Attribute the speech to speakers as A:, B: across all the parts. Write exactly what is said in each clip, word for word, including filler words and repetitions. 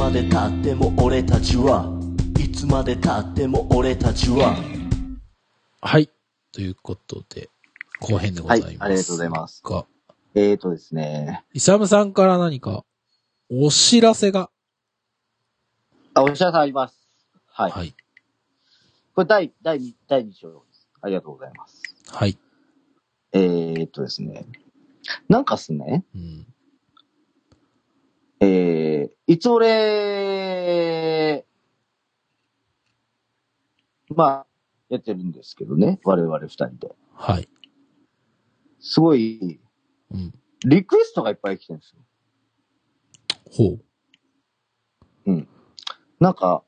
A: まで経っても俺たちはいつまで経っても俺たちは
B: はいということで後編でございます。はい、
C: ありがとうございます。
B: が
C: えーとですね。
B: イサムさんから何かお知らせが
C: あ、お知らせあります。はい。
B: はい。
C: これ第、第二、第二章です。ありがとうございます。
B: はい。
C: えーとですね。なんかっすね。
B: うん。
C: えー、いつ俺、まあ、やってるんですけどね。我々二人で。
B: はい。
C: すごい、
B: うん。
C: リクエストがいっぱい来てるんですよ。
B: ほう。
C: うん。なんか、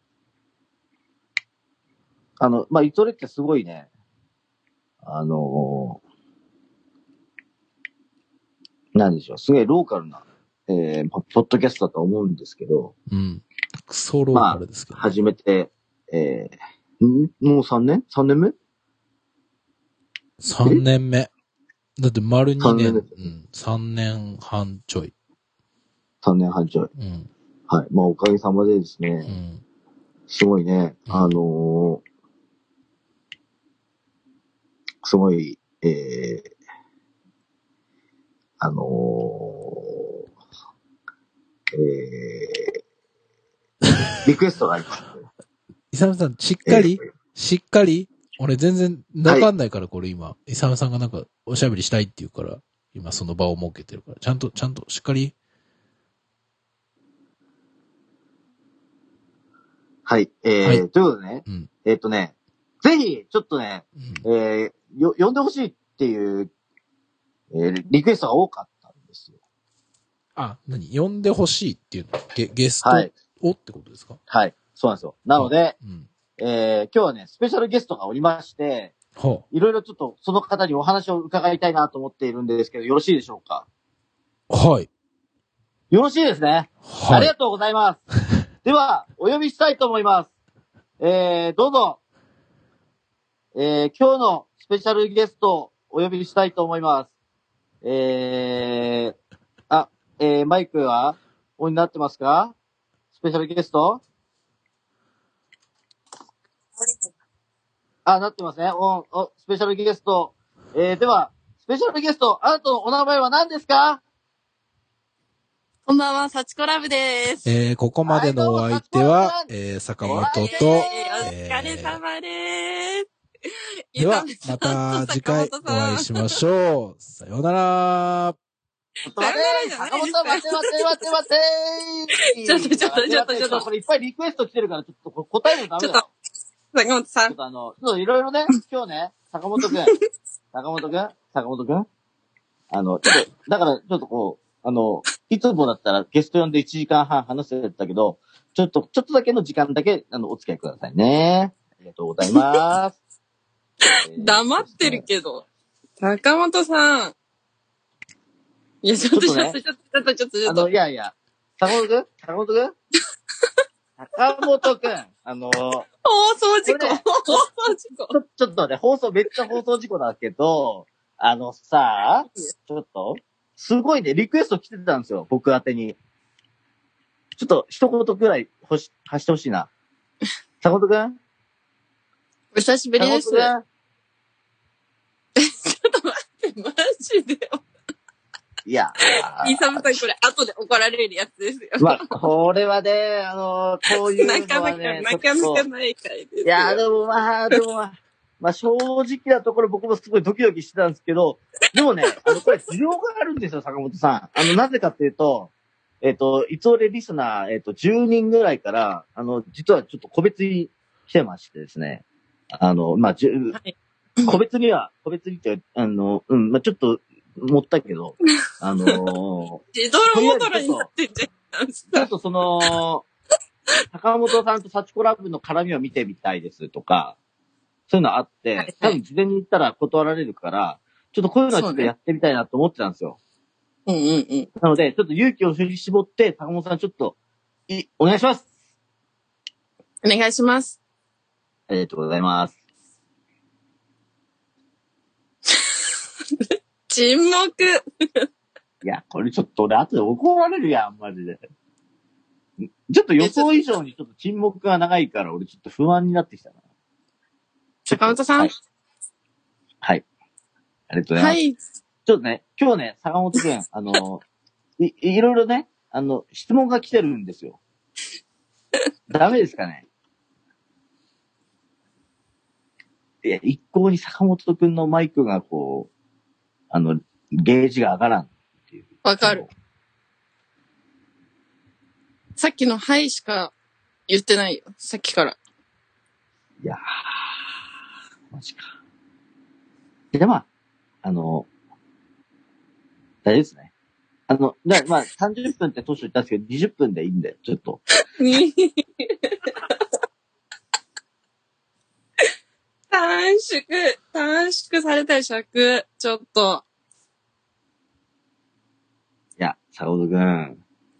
C: あの、まあ、イトレってすごいね、あのー、なんでしょう、すごいローカルな、えー、ポッドキャストだと思うんですけど、
B: うん。クソローカルですけど、ね。
C: まあ、始めて、えー、んもうさんねん ?さん 年目 ?
B: さんねんめ。だって丸にねん、
C: さんねん
B: うん、さんねんはんちょい。
C: さんねんはんちょい。
B: うん。
C: はい。まあ、おかげさまでですね、
B: うん、
C: すごいね、
B: うん、
C: あのー、すごい、えー、あのー、えー、リクエストがあります。
B: イサムさん、しっかり、
C: えー、
B: しっかり俺全然わかんないから、これ今。イサムさんがなんかおしゃべりしたいって言うから、今その場を設けてるから。ちゃんと、ちゃんとしっかり。
C: はい。えー、はい、ということでね、
B: うん、
C: えっ、ー、とね、ぜひ、ちょっとね、うん、えー、よ、呼んでほしいっていう、えー、リクエストが多かったんですよ。
B: あ、何呼んでほしいっていうのゲ、ゲストをってことですか？
C: はい。そうなんですよ。なので、
B: うん、
C: えー、今日はね、スペシャルゲストがおりまして、はあ、いろいろちょっとその方にお話を伺いたいなと思っているんですけど、よろしいでしょうか？
B: はい。
C: よろしいですね。はい。ありがとうございます。では、お呼びしたいと思います。えー、どうぞ。えー、今日のスペシャルゲストをお呼びしたいと思います。えー、あ、えー、マイクはオンになってますか？スペシャルゲスト？あ、なってますね。お、お、スペシャルゲスト。えー、では、スペシャルゲスト、あなたのお名前は何ですか？
D: こんばんは、サチコラブです。
B: えー、ここまでのお相手は、はい、えー、坂本と、
D: お疲れ様でーす。
B: では、また次回お会いしましょう。さようなら。
C: ちょっと待ってー坂本さん待って待って待って待ってーちょっとちょっとちょっとちょっと。これいっぱいリクエスト来てるから、ちょっと答えるのダメだよ。
D: 坂本さん。
C: ちょっとあの、ちょっといろいろね、今日ね、坂本くん、坂本くん坂本くんあの、ちょっと、だからちょっとこう、あの、いつもだったらゲスト呼んでいちじかんはん話せたけど、ちょっと、ちょっとだけの時間だけ、あの、お付き合いくださいね。ありがとうございます。
D: えー、黙ってるけど。坂本さん。いや、ちょっと、ちょっと、ちょっと、ちょっと、ちょっと、ちょっと。
C: あの、いやいや、坂本くん坂本くん坂本くん、あのー、
D: 放送事故、ね、放送事故。
C: ちょ、ちょっとね、放送、めっちゃ放送事故だけど、あのさ、ちょっと、すごいね、リクエスト来てたんですよ、僕宛てに。ちょっと、一言くらい、ほし、発してほしいな。坂本くん
D: お久しぶりです。ちょっと待って、マジでよ。
C: いや
D: ー。イサムさん、これ、後で怒られるやつですよ。
C: まあ、これはね、あのー、こういうのはね、
D: なかなか、なかなかない回ですよ。
C: いや、でもまあ、でもまあ、まあ正直なところ僕もすごいドキドキしてたんですけど、でもね、あの、これ需要があるんですよ、坂本さん。あの、なぜかっていうと、えっと、いつ俺リスナー、えっと、じゅうにんぐらいから、あの、実はちょっと個別に来てましてですね。あの、まあ、じゅ、はい、個別には、個別にって、あの、うん、まあ、ちょっと、持ったけど、あのー、
D: 自ドロモドロになってんじゃん。
C: ちょっとその、坂本さんとサチコラブの絡みを見てみたいですとか、そういうのあって、はいはい、多分事前に言ったら断られるから、ちょっとこういうのはちょっとやってみたいなと思ってたんですよ。
D: うんうんうん。
C: なので、ちょっと勇気を振り絞って、坂本さんちょっと、い、お願いします。
D: お願いします。
C: ありがとうございます。
D: 沈黙。
C: いや、これちょっと俺後で怒られるやん、マジで。 ちょっと予想以上にちょっと沈黙が長いから、俺ちょっと不安になってきたな。
D: 坂本さん。
C: はい。はい。ありがとうございます。はい。ちょっとね、今日ね、坂本くん、あの、い、いろいろね、あの、質問が来てるんですよ。ダメですかね。いや、一向に坂本くんのマイクがこう、あの、ゲージが上がらんっていう。
D: わかる。さっきのはいしか言ってないよ。さっきから。
C: いやー、マジか。じゃあまあ、あの、大丈夫ですね。あの、だまあ、さんじゅっぷんって当初言ったんですけど、にじゅっぷんでいいんで、ちょっと。
D: 短縮、短縮されたよ、尺。ちょっと。
C: いや、坂本くん。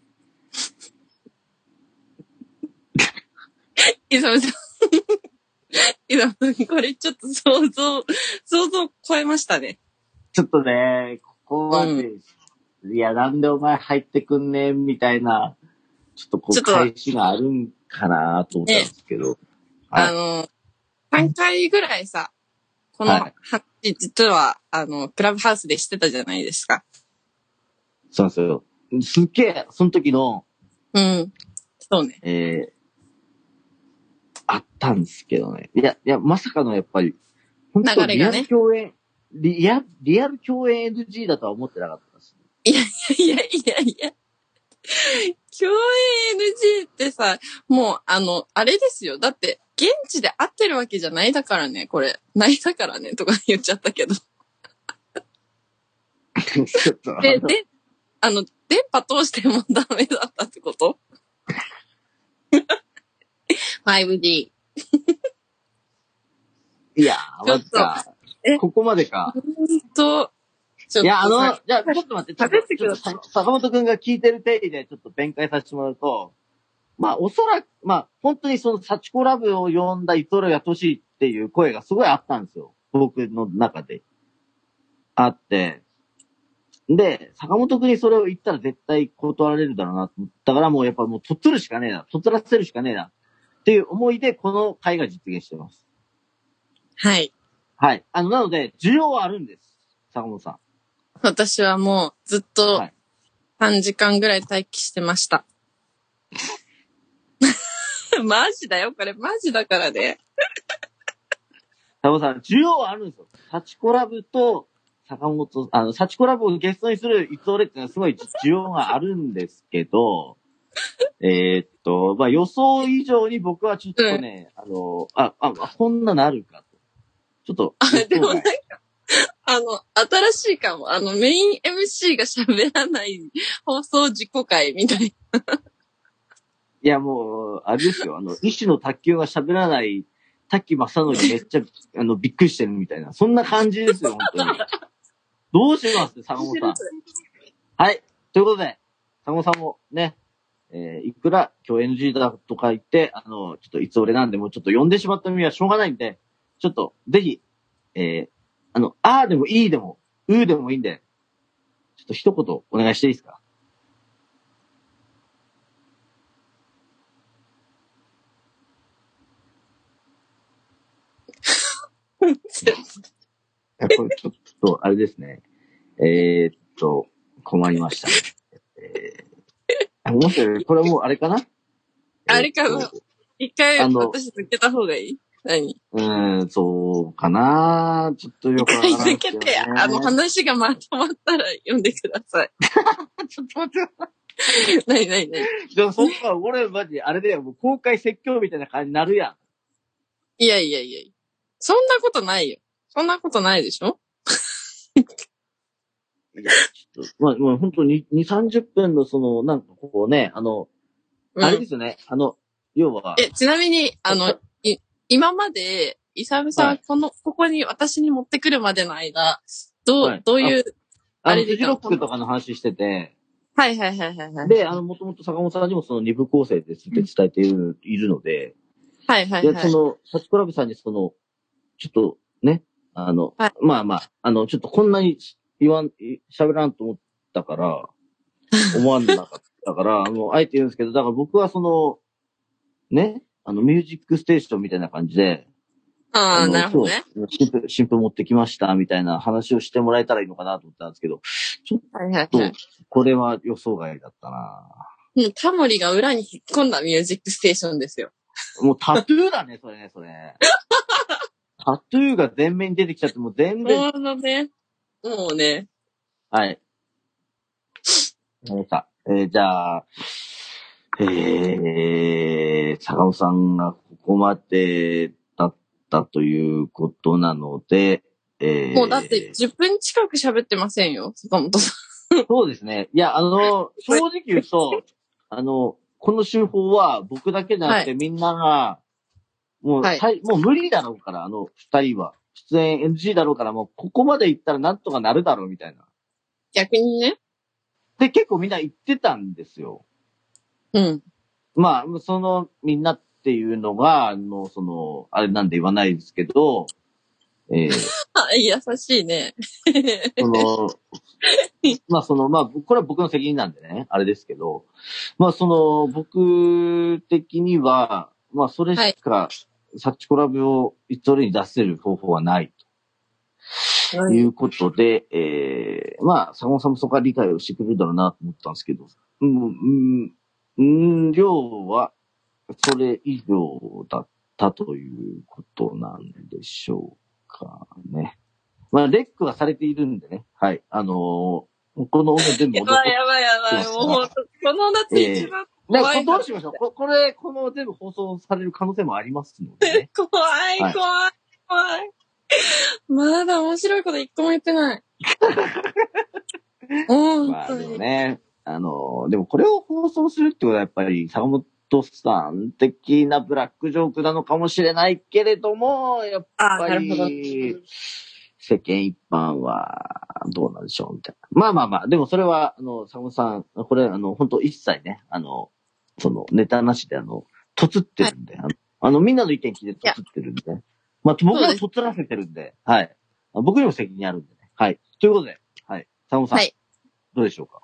D: いさむさん。いさむさん、これちょっと想像、想像超えましたね。
C: ちょっとね、ここまで、うん、いや、なんでお前入ってくんねん、みたいな、ちょっとこう、返しがあるんかなと思ったんですけど。ね、
D: はい、あの、さんかいぐらいさ、この話、実は、あの、クラブハウスでしてたじゃないですか。
C: そうなんですよ。すっげえ、その時の、
D: うん。そうね。
C: えー、あったんですけどね。いや、いや、まさかのやっぱり、本当リアル共演、ね、リアル、リアル共演 エヌジー だとは思ってなかったです、ね。
D: いやいやいやいやいや。共演 エヌジー ってさ、もう、あの、あれですよ。だって、現地で会ってるわけじゃないだからね、これ。ないだからね、とか言っちゃったけど。
C: ちょっと。
D: で、で、あの、電波通してもダメだったってこと ?ファイブジー。
C: いやー、マジか。ここまでか。
D: ほんと。
C: いや、あの、じゃあ、ちょっと待って、ちょっと、ちょっと坂本くんが聞いてる定義でちょっと弁解させてもらうと、まあ、おそらく、まあ、本当にその、サチコラブを呼んだ伊藤やとしっていう声がすごいあったんですよ。僕の中で。あって。で、坂本くんにそれを言ったら絶対断られるだろうなと思ったから、もうやっぱもう、とっつるしかねえな。とっつらせるしかねえな。っていう思いで、この会が実現してます。
D: はい。
C: はい。あの、なので、需要はあるんです。坂本さん。
D: 私はもうずっとさんじかんぐらい待機してました。はい、マジだよ、これマジだからね。
C: 坂本さん、需要はあるんですよ。サチコラブと坂本、あの、サチコラブをゲストにする伊藤レックがすごい需要があるんですけど、えっと、まあ、予想以上に僕はちょっとね、うん、あの、あ、あ、こんななるかと。ちょっと。
D: あ、でもなんか、あの、新しいかも。あの、メイン エムシー が喋らない放送自己会みたいな。
C: いや、もう、あれですよ。あの、医師の卓球が喋らない滝正則めっちゃ、あの、びっくりしてるみたいな。そんな感じですよ、本当に。どうします坂本さん。はい。ということで、坂本さんもね、えー、いくら今日 エヌジー だとか言って、あの、ちょっといつ俺なんでもちょっと呼んでしまった身はしょうがないんで、ちょっと、ぜひ、えー、あの、あーでもいいでも、うーでもいいんで、ちょっと一言お願いしていいですかこれちょっと、あれですね。えー、っと、困りましたね。えー、もし、これもうあれかな
D: あれかな一回、私抜けた方がいい何
C: うーん、そうかなちょっとよくわからない、
D: ね。一回抜けて、あの、話がまとまったら読んでください。
C: ちょっと待って。
D: 何何何
C: でもそっか、俺マジ、あれだよ、もう公開説教みたいな感じになるやん。
D: いやいやいやそんなことないよ。そんなことないでしょ
C: いや、ちょっと、まあ、まあ、本当に、に、さんじゅっぷんのその、なんかこうね、あの、うん、あれですよね、あの、要は。
D: え、ちなみに、あの、い、今まで、イサムさん、はい、この、ここに私に持ってくるまでの間、どう、はい、どういう、
C: あれで。フジロックとかの話してて。
D: はいはいはいはい、はい。
C: で、あの、もともと坂本さんにもその二部構成ですって伝えている、うん、いるので。
D: はいはいはい。
C: で、その、サチコラブさんにその、ちょっと、ね、あの、はい、まあまあ、あの、ちょっとこんなに言わん、喋らんと思ったから、思わんなかった。 だから、もう、あえて言うんですけど、だから僕はその、ね、あの、ミュージックステーションみたいな感じで、
D: ああ、
C: の
D: なるほどね。
C: 今日新婦、新婦持ってきました、みたいな話をしてもらえたらいいのかなと思ったんですけど、ちょっ
D: はいはい
C: と
D: はい。、
C: これは予想外だったな。
D: もうタモリが裏に引っ込んだミュージックステーションですよ。
C: もうタトゥーだね、それね、それ。タトゥーが全面に出てきちゃって、もう全然。
D: もうね。もうね。
C: はい。わかりました。えー、じゃあ、えー、坂本さんがここまでだったということなので、えー、
D: もうだってじゅっぷん近く喋ってませんよ、坂本さん。
C: そうですね。いや、あの、正直言うと、あの、この手法は僕だけじゃなくてみんなが、もう、
D: はい
C: さいもう無理だろうから、あの二人は。出演 エヌジー だろうから、もうここまで行ったらなんとかなるだろうみたいな。
D: 逆にね。
C: で、結構みんな言ってたんですよ。
D: うん。
C: まあ、そのみんなっていうのが、あの、その、あれなんで言わないですけど、えー、
D: 優しいね。
C: その、まあその、まあ、これは僕の責任なんでね、あれですけど、まあその、僕的には、まあそれしか、サッチコラボを一人に出せる方法はないということで、えー、まあ、坂本さんもそこは理解をしてくれるだろうなと思ったんですけど、うん、うん、量はそれ以上だったということなんでしょうかね。まあ、レックはされているんでね。はい。あのー、この音源全部
D: やばいやばいやばい。もうほんと、この夏一番怖い、
C: えー。どうしましょうこ。これ、この全部放送される可能性もありますので、ね。
D: 怖い、怖い、怖い。まだ面白いこと一個も言ってない。うん。
C: まあでもね、あのー、でもこれを放送するってことはやっぱり坂本さん的なブラックジョークなのかもしれないけれども、やっぱり、世間一般はどうなんでしょうみたいな。まあまあまあ、でもそれは、あの、坂本さん、これ、あの、本当一切ね、あの、その、ネタなしで、あの、とつってるんで、はい、あの、あのみんなの意見聞いてとつってるんで、まあ、僕もとつらせてるんで、はい。僕にも責任あるんでね。はい。ということで、はい。坂本さん、はい、どうでしょうか。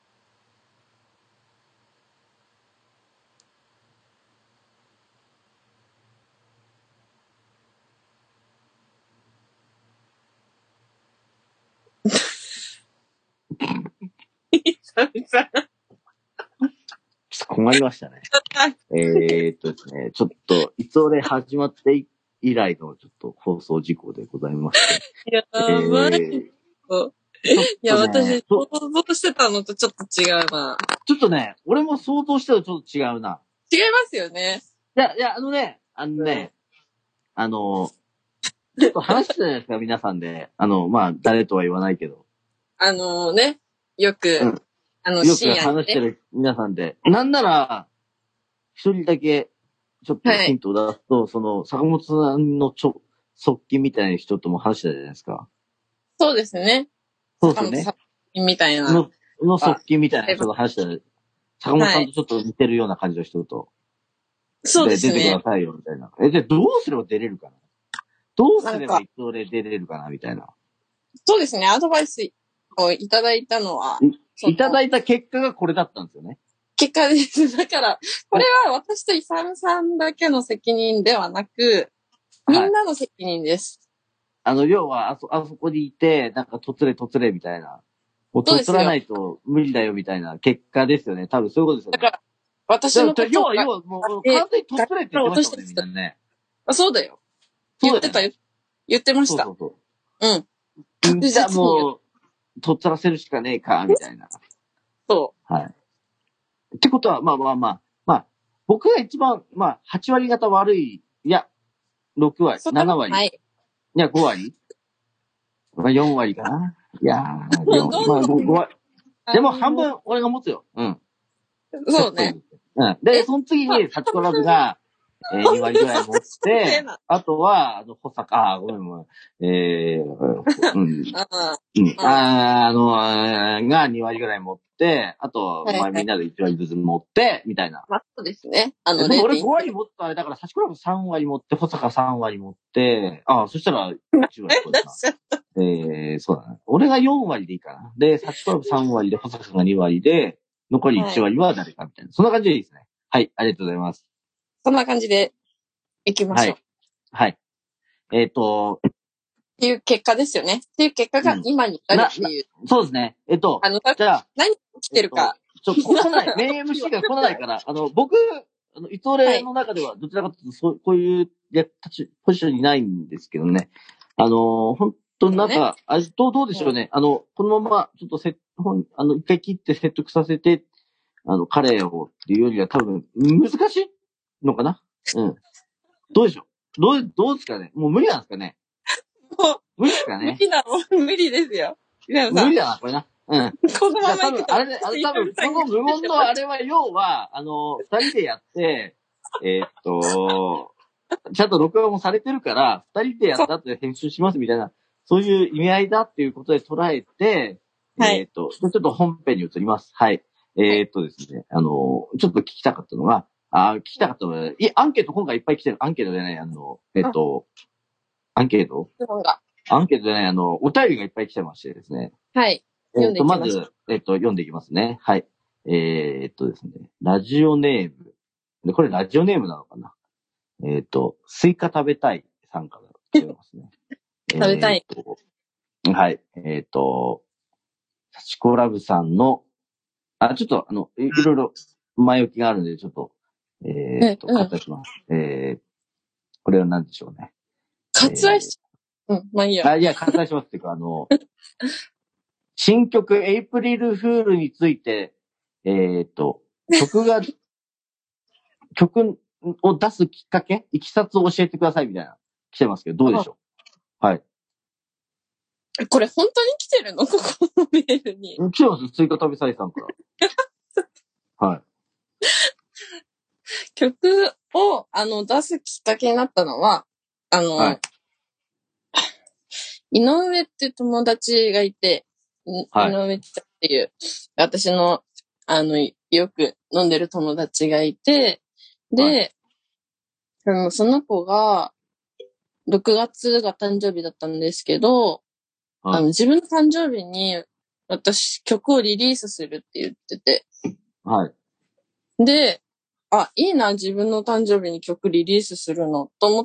C: 困りましたね。えーっとですね、ちょっと、いつ俺始まって以来のちょっと放送事項でございまして。
D: やばい。えー、いや、私、想像してたのとちょっと違うな。
C: ちょっとね、俺も想像してたのとちょっと違うな。
D: 違いますよね。
C: いや、いや、あのね、あのね、あの、ちょっと話したじゃないですか、皆さんで。あの、まあ、誰とは言わないけど。
D: あのね、よく、うん、あの、
C: よく話してる皆さんで。なんなら、一人だけ、ちょっとヒントを出すと、はい、その、坂本さんのちょ、側近みたいな人とも話したじゃないですか。
D: そうですね。
C: そうですね。
D: 側近みたいな。
C: の、の側近みたいな人と話した。坂本さんとちょっと似てるような感じの人と。はい、
D: そうですね。
C: 出てくださいよ、みたいな。え、じゃあどうすれば出れるかなどうすれば一応で出れるかなみたいな。
D: そうですね。アドバイスをいただいたのは。
C: いただいた結果がこれだったんですよね。
D: 結果です。だから、これは私とイサムさんだけの責任ではなく、みんなの責任です。
C: はい、あの、要は、あそ、あそこにいて、なんか、とつれとつれみたいな。もう、とつらないと無理だよみたいな結果ですよね。多分そういうことですよね。
D: だから、私のこと
C: 要は、要は、もう、完全にとつれって言ってましたもんね、みんなね。
D: あ、そうだよ。言ってたよ。言ってました。
C: そうそうそう。
D: うん。
C: じゃあもう、とっつらせるしかねえか、みたいな。
D: そう。
C: はい。ってことは、まあまあまあ、まあ、僕が一番、まあ、はち割方悪い、いや、ろく割、なな割。はい。いや、ご割。まあ、よん割かな。いやー、よん、まあ、ご割。でも半分、俺が持つよ。うん。
D: そうね。
C: うん。で、その次に、サチコラブが、えー、に割ぐらい持って、あとは、あの、保坂、あ、ごめんごめん。えー、うん。うん。あ, あの、がに割ぐらい持って、あと、はいはい、まあ、みんなでいち割ずつ持って、みたいな。
D: まあ、そうですね。あの、
C: でも俺ご割持ったあれだから、サチコラブさん割持って、保坂さん割持って、ああ、そしたらいち割これか。えー、そうだな。俺がよん割でいいかな。で、サチコラブさん割で、保坂さんがに割で、残りいち割は誰かみたいな。 そんな感じでいいですね。はい、ありがとうございます。
D: そんな感じで行きましょう。
C: はい。はい。えっ、ー、と、
D: っていう結果ですよね。っていう結果が今に至るっていう。
C: うん、そうですね。えっと、
D: あの、
C: じゃあ、
D: 何来てるか。
C: えっと、ちょ、来ない、メイン エムシー が来ないから、あの、僕、あの、伊藤霊の中ではどちらかというと、そう、こういうや、立ち、ポジションにないんですけどね。あの、本当なんか、ね、あどう、どうでしょうね。あの、このまま、ちょっとせ、あの、一回切って説得させて、あの、彼をっていうよりは多分、難しいのかな。うん。どうでしょう。どう、どうですかね。もう無理なんですかね。
D: もう、
C: 無理ですかね。
D: 無理だもん、無理ですよ。
C: 無理だな、これな。うん。
D: このまま行くと。
C: あれね、あれ多分、この無言のあれは、要は、あの、二人でやって、えー、っと、ちゃんと録画もされてるから、二人でやった後で編集しますみたいな、そういう意味合いだっていうことで捉えて、はい、えー、っと、ちょっと本編に移ります。はい。えー、っとですね、あの、ちょっと聞きたかったのが、あ、聞きたかったのは、いアンケート今回いっぱい来てる。アンケートでね、あの、えっと、アンケートアンケートでね、あの、お便りがいっぱい来てましてですね。
D: はい。
C: えっと、まず、えっと、読んでいきますね。はい。えー、っとですね、ラジオネーム。で、これラジオネームなのかな。えー、っと、スイカ食べたいさんから来てますね。
D: 食べたい。
C: えー、っとはい。えー、っと、サチコラブさんの、あ、ちょっと、あの、いろいろ前置きがあるんで、ちょっと、えー、っと、割愛します。うん、えー、これは何でしょうね。
D: 割愛し、えー、うん、まあいいや。
C: あ、いや、割愛しますっていうか、あの、新曲エイプリルフールについて、えっと、曲が、曲を出すきっかけいきさつを教えてくださいみたいな、来てますけど、どうでしょう。はい。
D: これ本当に来てるのここのメールに。
C: 来てます。追加旅サイさんから。はい。
D: 曲を、あの、出すきっかけになったのは、あの、はい、井上って友達がいて、はい、井上ちゃんっていう、私の、あの、よく飲んでる友達がいて、で、はい、あのその子が、ろくがつが誕生日だったんですけど、はい、あの自分の誕生日に私曲をリリースするって言ってて、
C: はい。
D: で、あ、いいな、自分の誕生日に曲リリースするの、と思って、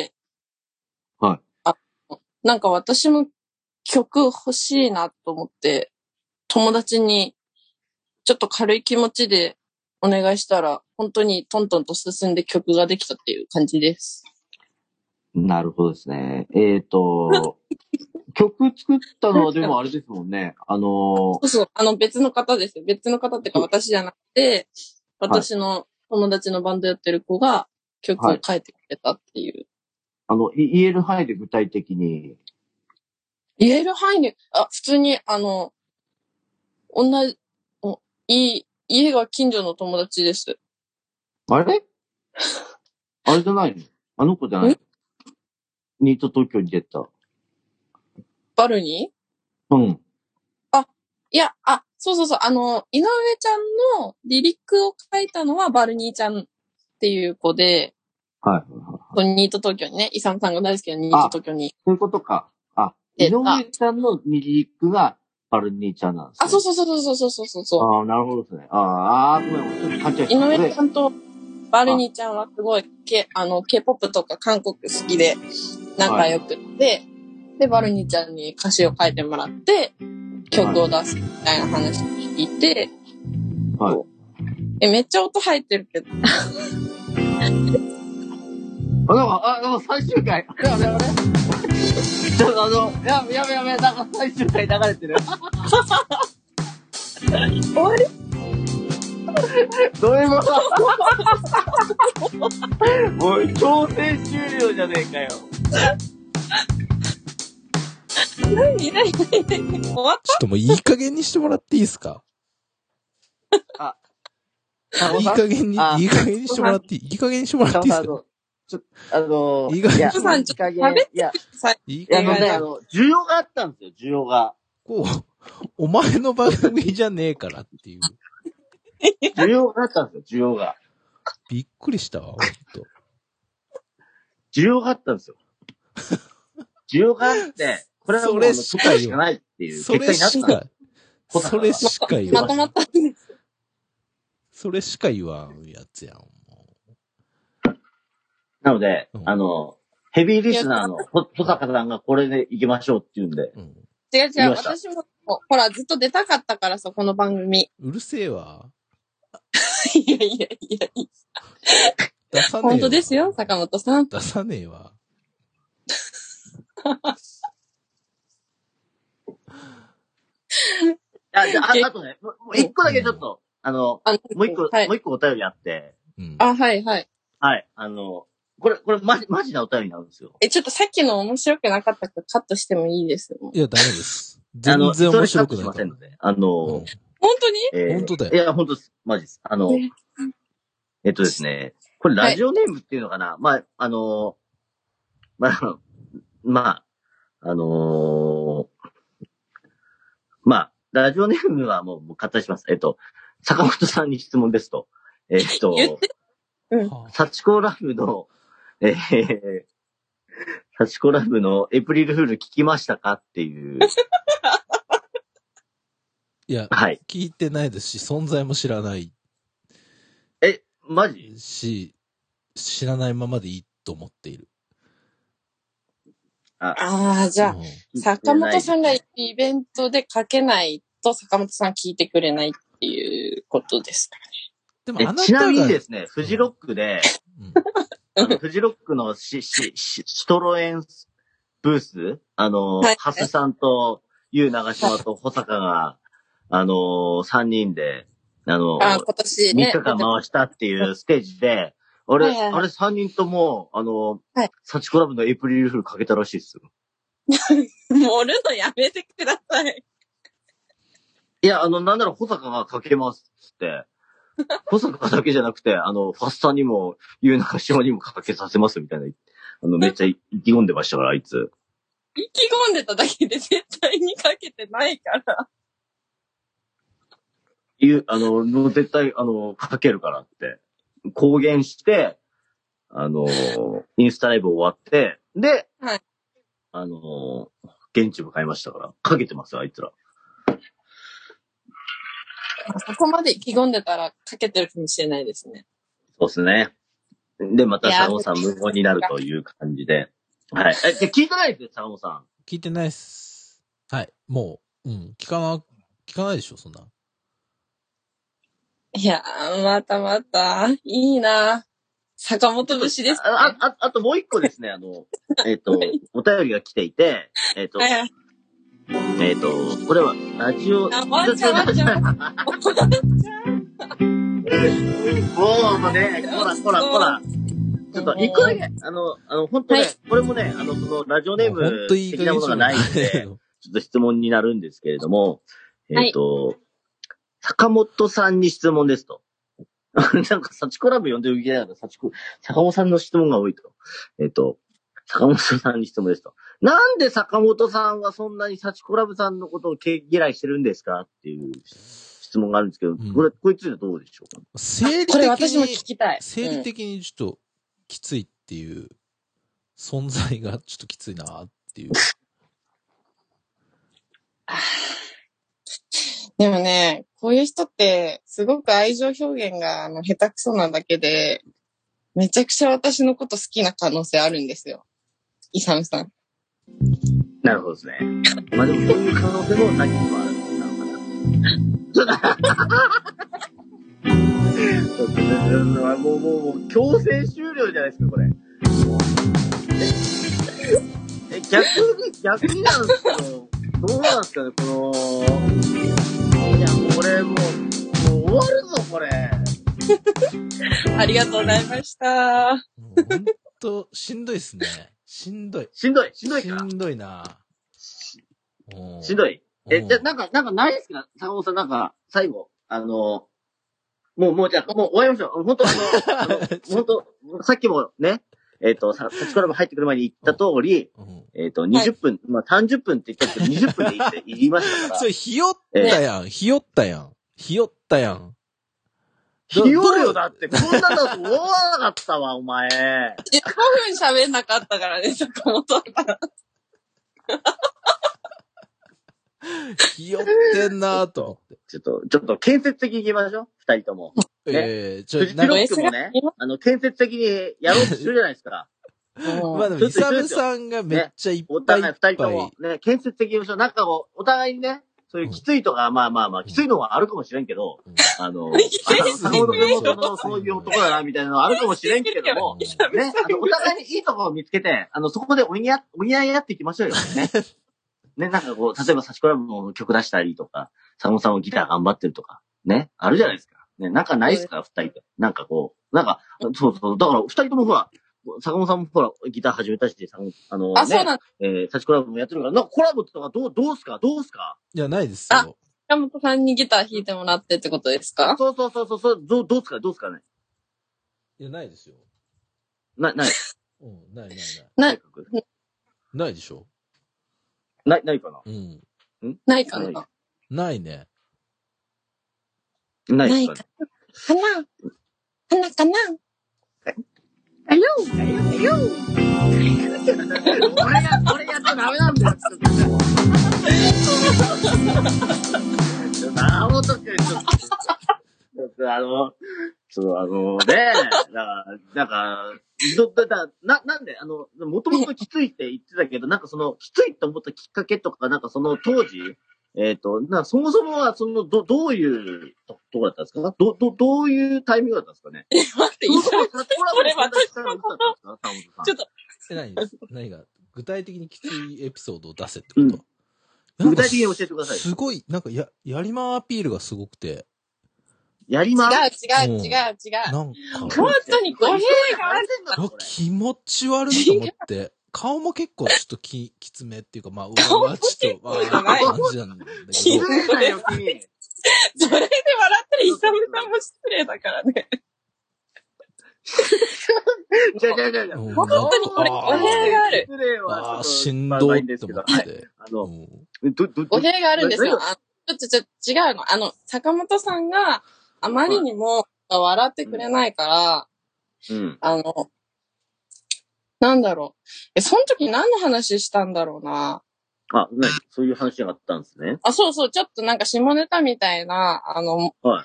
C: はい。
D: あ、なんか私も曲欲しいなと思って、友達にちょっと軽い気持ちでお願いしたら、本当にトントンと進んで曲ができたっていう感じです。
C: なるほどですね。えっと、曲作ったのはでもあれですもんね。あのー、
D: そうそう、あの別の方ですよ。別の方ってか私じゃなくて、私の友達のバンドやってる子が曲を書いてくれたっていう。はい、
C: あの、言える範囲で具体的に。
D: 言える範囲で、あ、普通に、あの、同じ、おい家が近所の友達です。
C: あれあれじゃないのあの子じゃないのニート東京に出た。
D: バルニ
C: ーうん。
D: あ、いや、あ、そうそうそう、あの、井上ちゃんのリリックを書いたのはバルニーちゃんっていう子で、
C: はいはいはい。
D: ニート東京にね、イサムさんが大好きなニート東京に。
C: そういうことか。あ、井上ちゃんのリリックがバルニーちゃんなんですね。
D: あ、そうそうそうそうそうそうそう。
C: ああ、なるほどですね。ああ、ごめん、ちょっと勘違いした。
D: 井上ちゃんとバルニーちゃんはすごい、K、あの、K-ポップ とか韓国好きで仲良くって、はい、で、バルニーちゃんに歌詞を書いてもらって、曲を出すみたいな話を聞いて、はい。え、めっちゃ音入ってるけど。
C: あ、なんか、あ、なんか最終回。あれあれあれちょっとあの、やべやべやべ、なんか最終回流れてる。
D: 終わり
C: どういうこともう強制終了じゃねえかよ。
D: 何何何終わった？
B: ちょっともういい加減にしてもらっていいですか？
C: あ、
B: いい加減に、いい加減にしてもらっていい、いい加減にしてもらっていいですか？
C: ちょ、あのー、
B: いい加減にしてもらっていい
D: いい加減。いや、
C: いい加減。あのね、あの、需要があったんですよ、需要が。
B: こう、お前の番組じゃねえからっていう。
C: 需要があったんですよ、需要が。
B: びっくりしたわ、ほんと。
C: 需要があったんですよ。需要があって、これはもう、それしかしかないっていう結果になったんです。
B: それしか、それしか言わない。
D: まとまったんです。
B: それしか言わんやつやん。
C: なので、
B: うん
C: あの、ヘビーリスナーのほ保坂さんがこれで行きましょうって言うんで、
B: うん。
D: 違う
C: 言
D: 違う、
C: いました
D: 私も、ほら、ずっと出たかったからさ、この番組。
B: うるせえわ。
D: いやいやいやい
B: 出さ
D: や、
B: ねえわ。
D: 本当ですよ、坂本さん。
B: 出さねえわ。
C: あ、じゃあ、ああとね、もうもう一個だけちょっと、あの、
D: あの
C: もう一個、
D: はい
C: もう一個お便りあって、
B: うん。
D: あ、はいはい。
C: はい、あの、これ、これ、マジ、マジなお便りなんですよ。
D: え、ちょっとさっきの面白くなかったからカットしてもいいですもん。
B: いや、ダメです。
C: あの、
B: 全然面
C: それカット
B: 白くないから。
C: しませんので、あの、
B: うん
D: 本当に
C: えー
B: 本当だよ
C: いや、本当です。マジです。あの、
D: ね
C: えっとですね、これラジオネームっていうのかな、まあ、あの、まあ、まあ、あのーまあ、ラジオネームはもう、もう割愛します。えっと、坂本さんに質問ですと。えっと、
D: 言ってうん。
B: はあ
C: サチコラブの、えー、サチコラブのエプリルフール聞きましたかっていう。
B: いや、
C: はい。
B: 聞いてないですし、存在も知らない
C: え、マジ
B: し、知らないままでいいと思っている。
C: あ、
D: ああ、じゃあ、
B: うん
D: 坂本さんがイベントで書けないと坂本さん聞いてくれないっていうことですか
C: え
B: でもあなたが、
C: ちなみにですね、フジロックで、
B: うん
C: あのフジロックのシ、シ、シシトロエンブース、あの、
D: はい
C: ハスさんと、ユウ長島と保坂が、あの、さんにんで、あの、
D: あー今年ね。
C: みっかかん回したっていうステージで、俺、
D: はいはいはい
C: あれさんにんとも、あの、
D: はい
C: サチコラブのエイプリルフールかけたらしいっすよ。
D: 盛るのやめてください。
C: いや、あの、なんなら保坂がかけますって。保坂だけじゃなくて、あの、ファスタにも、ユウ長島にもかけさせますみたいな、あの、めっちゃ意気込んでましたから、あいつ。
D: 意気込んでただけで絶対にかけてないから。
C: いう、あの、もう絶対、あの、かけるからって、公言して、あの、インスタライブ終わって、で、
D: はい
C: あの、現地向かいましたから、かけてますよ、あいつら。
D: そこまで意気込んでたらかけてるかもしれないですね。
C: そうですね。で、また
D: いや
C: 坂本さん無言になるという感じで。はい。え、じゃ聞いてないですよ、坂本さん。
B: 聞いてないっす。はい。もう、うん。聞かな、聞かないでしょ、そんな。
D: いやー、またまた、いいな。坂本節です、ね。
C: あ、あ、あともう一個ですね、あの、えっ、と、お便りが来ていて、えっ、と、
D: はいはい。
C: えっ、と、これは、ラジオ、
D: あ、ワンちゃんワンちゃん。
C: もう、もうね、こら、こら、こら。ちょっと、一個だけ、あの、あの、本当ね、
D: はい
C: これもね、あの、その、ラジオネー
B: ほん
C: ム
B: といい加減
C: 的なものがないん
B: にし
C: で、
B: ろ
C: ちょっと質問になるんですけれども、えっ、と、坂本さんに質問ですと。なんか、サチコラブ呼んでる気だから、サチコ、坂本さんの質問が多いと。えっ、と、坂本さんに質問ですと。なんで坂本さんはそんなにサチコラブさんのことを毛嫌いしてるんですかっていう質問があるんですけど、
B: ん
C: これ、こいつでどうでしょうか。
B: 生理的
D: これ私も聞
B: に、
D: きたい。
B: 生理的にちょっときついっていう存在がちょっときついなっていう。
D: でもね、こういう人って、すごく愛情表現があの下手くそなだけで、めちゃくちゃ私のこと好きな可能性あるんですよ。イサムさん。
C: なるほどですね。まあでもそういう可能性もさっきもあるのかな。ちょっとね、もう、もう、もう、強制終了じゃないですか、これ。え、逆に、逆になんですけど、どうなんですかね、この、いや、もうこれ、もう、もう終わるぞ、これ。
D: ありがとうございました。
B: もうほんと、しんどいっすね。しんどい。
C: しんどい、しんどいか。
B: しんどいな。い。
C: しんどい。え、
B: うん
C: じゃ、なんか、なんかないですか坂本さん、なんか、最後、あの、もう、もう、じゃあ、もう終わりましょう。本当あの、あの本当さっきもね、えっ、と、さ、サチコラブ入ってくる前に言った通り、
B: うん
C: えっ、と、にじゅっぷん、まあ、さんじゅっぷんって言ったけど、にじゅっぷんでいいって言いましたから。
B: それ、ひよったやん。ひよったやん。ひよったやん。
C: ひよるよ、だって。こんなだと思わなかったわ、お前。
D: じゅっごふん喋んなかったからね、坂本さん。
B: ひよってんなーと思って。
C: ちょっと、ちょっと建設的に行きましょう。二人とも。
B: えー、ちょ、
C: フジ
B: なんか
C: ロックもね、あの、建設的にやろうとするじゃないですか。
B: まあでも、イサムさんがめっちゃいっ
C: お
B: ぱいいっぱい。
C: 互い二人ともね、建設的にしよう。なんかこう、お互いにね、そういうきついとか、まあまあまあ、きついのはあるかもしれんけど、
B: うん
C: あの、あの、坂本君もその、そういう男だな、みたいなのはあるかもしれんけども、ね、あの、お互いにいいところを見つけて、あの、そこでお似合い、お似合いやっていきましょうよ、ね。ね、なんかこう、例えば、サチコラボの曲出したりとか、坂本さんもギター頑張ってるとか、ね、あるじゃないですか。ね、なんかないっすか、二人で。なんかこう、なんか、そうそう、だから、二人ともほら、坂本さんもほら、ギター始めたし、あの、ね、
D: あ、そうなんだ。
C: えー、サチコラボもやってるから、なんかコラボとかどう、どうすかどうすか
B: いや、ないです
D: あ
B: よ。
D: 山本さんにギター弾いてもらってってことですか？
C: そうそうそうそう、どう、どうすかどうすかね
B: いや、ないですよ。
C: な、ない。
B: うん、ないない
D: な、
B: ない。ないでしょ。
C: ない、ないかな
B: うん。
C: ん
D: ないかな。
B: ないね。
C: ない
D: ない
C: ですかね
D: かな。かな花かな。あよあよあよ
C: 俺や、俺やっちゃダメなんだよ。ちょっと、山本くん、ちょっと、ちょっとあの、ちょっとあのね、だから、なんか、ど、だ、だ、な、なんで、あの、もともときついって言ってたけど、なんかその、きついと思ったきっかけとか、なんかその当時、えっ、ー、と、な、そもそもは、その、ど、どういうと、とこだったんですかど、ど、どういうタイミングだったんですかね
D: 待って、今、
C: そもそも
D: それ私のこと、
C: と、
D: ちょっと、
B: え、何何が、具体的にきついエピソードを出せってこと、
C: うん、具体的に教えてください。
B: すごい、なんか、や、やりまんアピールがすごくて。
C: やりまん
D: 違う違う違う違う。
B: なんか、
D: 本当に語弊があるんだ。
B: うわ、気持ち悪いと思って。顔も結構ちょっとき、きつめっていうか、まあ、上はちょっと、まあ、感じなんだけど。
C: 失礼だよ、君。
D: それで笑ったらイサムさんも失礼だからね。
C: じゃじゃじゃじゃ。
D: 本当にこれ、語弊がある。
C: 失礼は
B: ああ、しんどいって思って。
C: あの、ど、ど、
D: 語弊があるんですよ。あちょっとちょっと違うの。あの、坂本さんがあまりにも笑ってくれないから、
C: うん、
D: あの、なんだろう。え、その時何の話したんだろうな。
C: あ、ね、そういう話があったんですね。
D: あ、そうそう、ちょっとなんか下ネタみたいな、あの、
C: はい、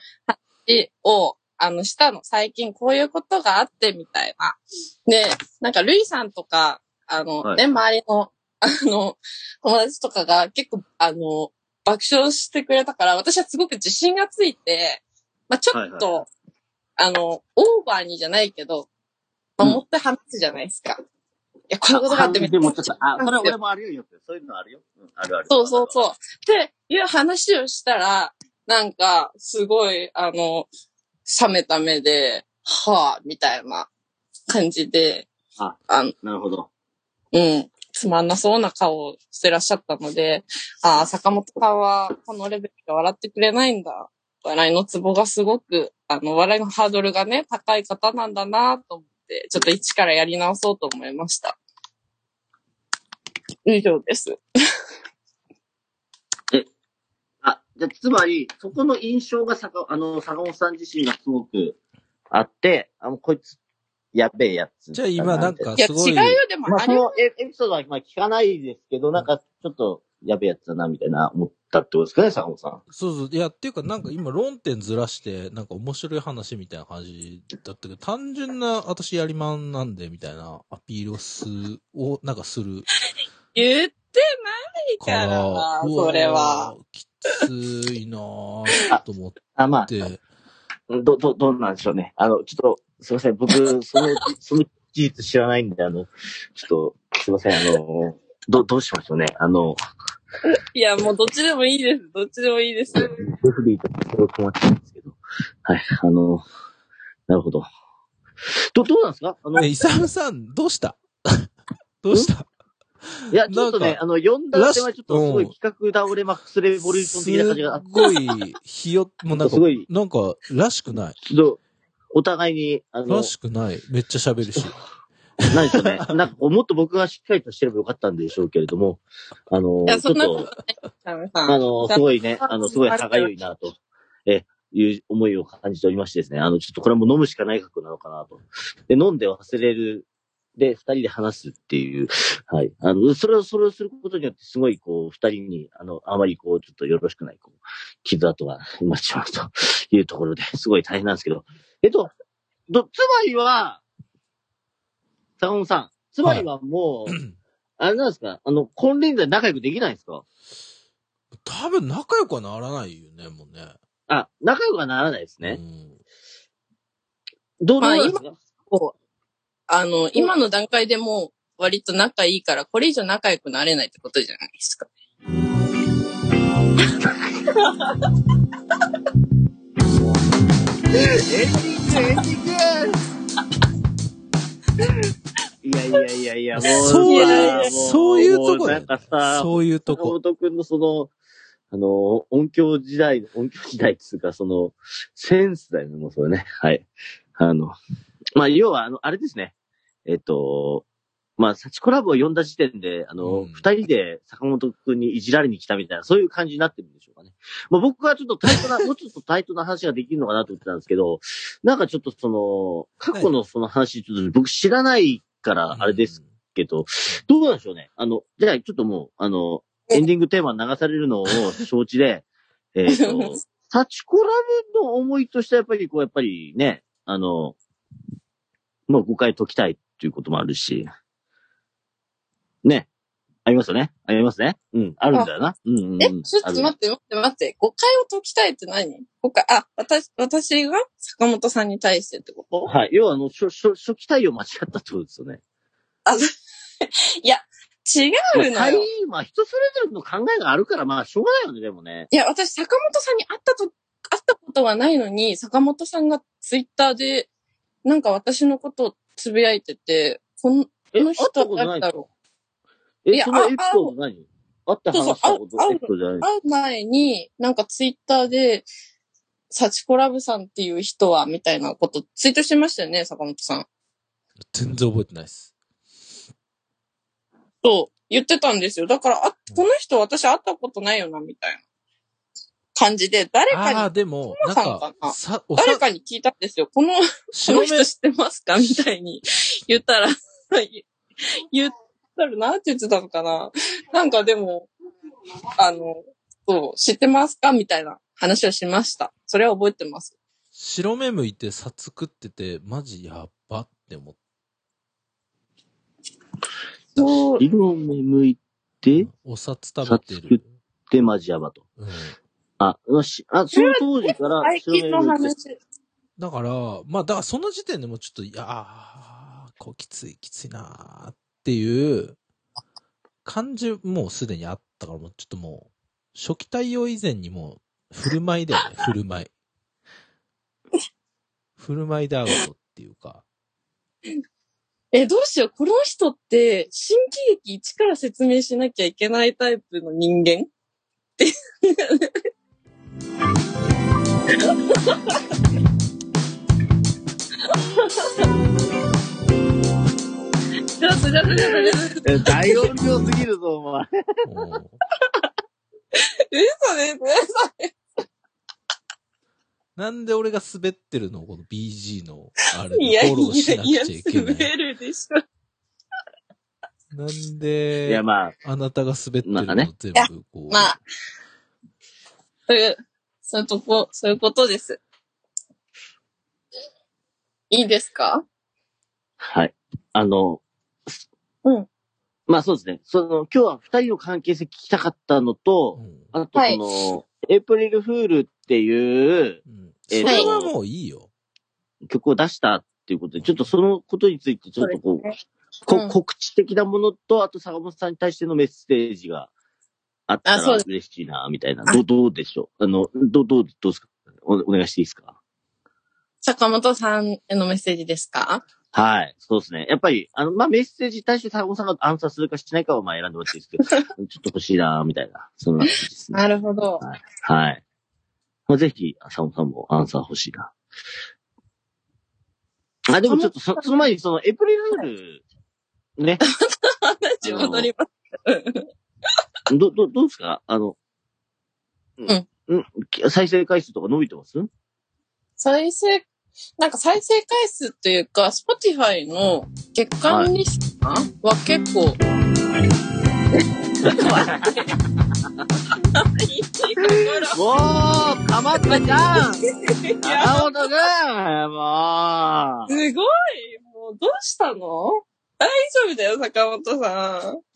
D: 話を、あの、したの。最近こういうことがあって、みたいな。で、なんか、ルイさんとか、あの、
C: はい、
D: ね、周りの、あの、友達とかが結構、あの、爆笑してくれたから、私はすごく自信がついて、まあ、ちょっと、はいはい、あの、オーバーにじゃないけど、まあ、持って話すじゃないですか。うん、いや、このことがあってめっちゃ。
C: でもちょっと、あ、それは俺もあるよ。そういうのあるよ。うん、あるある。
D: そうそうそう。っていう話をしたら、なんか、すごい、あの、冷めた目で、はぁ、みたいな感じで、
C: あ、
D: あの、
C: なるほど。
D: うん、つまんなそうな顔をしてらっしゃったので、ああ、坂本さんはこのレベルで笑ってくれないんだ。笑いのツボがすごく、あの、笑いのハードルがね、高い方なんだなと思って、ちょっと一からやり直そうと思いました。以上です。
C: え、あ、じゃあ、つまり、そこの印象が坂、あの、坂本さん自身がすごくあって、あの、こいつ、やべえやつ。
B: じゃあ今なんかすごい。
D: いや、違うよ、でも
C: まあ、そのエピソードはまあ聞かないですけど、なんかちょっとやべえやつだな、みたいな思ったってことですかね、坂本さん。
B: そうそう。いや、っていうかなんか今論点ずらして、なんか面白い話みたいな感じだったけど、単純な私やりまんなんで、みたいなアピールをする、をなんかする。
D: 言ってないから、それは。
B: きついなぁと思って。
C: あ、まあ。ど、ど、どうなんでしょうね。あの、ちょっと、すいません。僕、その、その事実知らないんで、あの、ちょっと、すいません。あの、ど、どうしましょうね。あの、
D: いや、もうどっちでもいいです。どっちでもいいです。レ
C: フリーとすごい困っちゃうんですけど。はい、あの、なるほど。ど、どうなんですかあの、
B: イサムさん、どうしたどうした
C: いや、ちょっとね、あの、呼んだ手はちょっとすごい企画倒れマックスレボリューション的な感じがあって。
B: すごい、ひよ、もうなんか、すごいなんからしくない。
C: お互いに、あの。
B: らしくない。めっちゃ喋るし。
C: 何でしょうね。なんか、もっと僕がしっかりとしてればよかったんでしょうけれども、あの、ちょっと、あの、すごいね、あの、すごい歯がゆいなと、え、いう思いを感じておりましてですね、あの、ちょっとこれはもう飲むしかない額なのかなと。で、飲んで忘れるで、二人で話すっていう、はい。あの、それを、それをすることによって、すごい、こう、二人に、あの、あまり、こう、ちょっとよろしくない、こう、傷跡が生まれてしまうというところで、すごい大変なんですけど、えっと、ど、つまりは、坂本さん、つまりはもう、はい、あれなんですか、あの、金輪際仲良くできないんですか？
B: 多分仲良くはならないよね、もうね。
C: あ、仲良くはならないですね。
B: うん、
C: どうなんですか？
D: まあ、今、こう、あの、今の段階でもう割と仲いいから、これ以上仲良くなれないってことじゃないですか。
C: エンディング、エンディングいやいやいやいや、もう、
B: そういう、そういうとこだよね。
C: なんかさ、
B: そういうとこ。
C: 坂本くんのその、あの、音響時代、音響時代っていうか、その、センスだよね、もうそれね。はい。あの、まあ、要は、あの、あれですね。えっと、まあ、サチコラボを呼んだ時点で、あの、二、うん、人で坂本くんにいじられに来たみたいな、そういう感じになってるんでしょうかね。まあ、僕はちょっとタイトな、もうちょっとタイトな話ができるのかなと思ってたんですけど、なんかちょっとその、過去のその話、ちょっと僕知らないから、あれですけど、うん、どうなんでしょうね。あの、じゃあちょっともう、あの、エンディングテーマ流されるのを承知で、えっと、サチコラボの思いとしてはやっぱりこう、やっぱりね、あの、まあ、誤解解きたいっていうこともあるし、ね。ありますよね。ありますね。うん。あるんだよな。うんうんうん。
D: え、ちょっと待って待って待って。誤解を解きたいって何？誤解、あ、私、私が坂本さんに対してってこと？
C: はい。要はあの、初、初、初期対応間違ったってことですよね。
D: あ、いや、違うのよ。
C: まあ、人それぞれの考えがあるから、まあ、しょうがないよね、でもね。
D: いや、私、坂本さんに会ったと、会ったことはないのに、坂本さんがツイッターで、なんか私のことをつぶやいてて、この人は誰だろう。
C: え、そのエピソード何？あった話したことエピソードじゃない？
D: 会う前に、なんかツイッターで、サチコラブさんっていう人は、みたいなことツイートしてましたよね、坂本さん。
B: 全然覚えてないです。
D: そう、言ってたんですよ。だから、あ、この人私会ったことないよな、みたいな感じで、誰かに、
B: ああ、でも、なんか、
D: さ誰かに聞いたんですよ。この、この人知ってますかみたいに言ったら、言ったら、なんて言ってたのかな。なんかでも、あの、そう、知ってますかみたいな話をしました。それは覚えてます。
B: 白目向いてさつくってて、マジやっばって思った。
C: そう。白目向いて、
B: お札食べてる。
C: さつくってマジやばと。
B: うん。
C: あ、よし、あ、その当時から白目向いて。
B: だから、まあ、だからその時点でもちょっと、いやー、こうきつい、きついなーっていう感じもうすでにあったから、もうちょっともう、初期対応以前にもう、振る舞いだよね、振る舞い。振る舞いでアウトっていうか。
D: え、どうしよう。この人って、新喜劇一から説明しなきゃいけないタイプの人間って。ちょっと、ちょっと、ちょっと、ちょっと。
C: 大音量すぎるぞ、お前。
D: 嘘です、嘘です。
B: なんで俺が滑ってるのをこの ビージー のあれでフォローしなくちゃいけない。いやいやいや、
D: 滑るでしょ。
B: なんで、
C: いやまあ、
B: あなたが滑ってるの全部こう。
D: まあ、そういう、そういうとこ、そういうことです。いいですか？
C: はい。あの、
D: うん。
C: まあそうですね。その、今日は二人の関係性聞きたかったのと、うん、あとその、はい、エイプリルフールっていう、
B: うん、えー、それはもういいよ。
C: 曲を出したっていうことで、ちょっとそのことについてちょっとこう、ねこうん、告知的なものと、あと坂本さんに対してのメッセージがあったら嬉しいな、みたいな。どう、どうでしょう？あの、どう、どう、どうですか？お、お願いしていいですか？坂
D: 本さんへのメッセージですか？
C: はい。そうですね。やっぱり、あの、まあ、メッセージに対して坂本さんがアンサーするかしないかは、まあ、選んでほしいですけど、ちょっと欲しいな、みたいな。そんな感じですね。
D: なるほど。
C: はい。はい。まあ、ぜひ、坂本さんもアンサー欲しいな。あ、でもちょっとそ、その前に、その、エイプリルフール、ね。
D: 話戻ります。
C: ど、ど、どうですか？あの、
D: うん。
C: うん。再生回数とか伸びてます？
D: 再生なんか再生回数っていうか、Spotify の月間リスナーは結構、ちょっと待って。いいところ。
C: もう、かまったじゃん坂本くんもう。
D: すごいもう、どうしたの大丈夫だよ、坂本さん。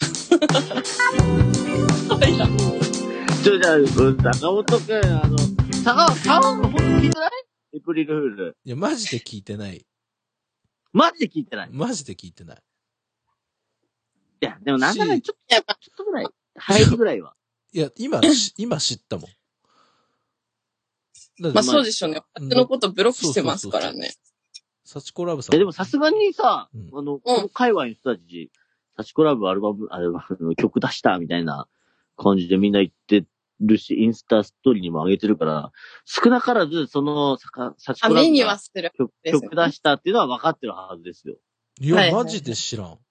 C: ちょ、じゃあ、坂本くん、あの、坂本、坂本くんほんと聞いてない？エイプリルフール。
B: いや、マジで聞いてない。
C: マジで聞いてない。
B: マジで聞いてない。
C: いや、でもなんだかちょっと、やっぱちょっとぐらい、入るぐらいは。
B: いや、今、今知ったもん。
D: まあそうでしょうね。私のことブロックしてますからね。
B: サチコラブさん。
C: え、でもさすがにさ、
B: うん、
C: あの、この界隈の人たち、サチコラブアルバム、アルバムの曲出したみたいな感じでみんな言ってるし、インスタストーリーにも上げてるから、少なからずそのサチコラブが
D: 目にはしてる、
C: ね、曲出したっていうのは分かってるはずですよ。
B: いや、はいはいはい、マジで知らん。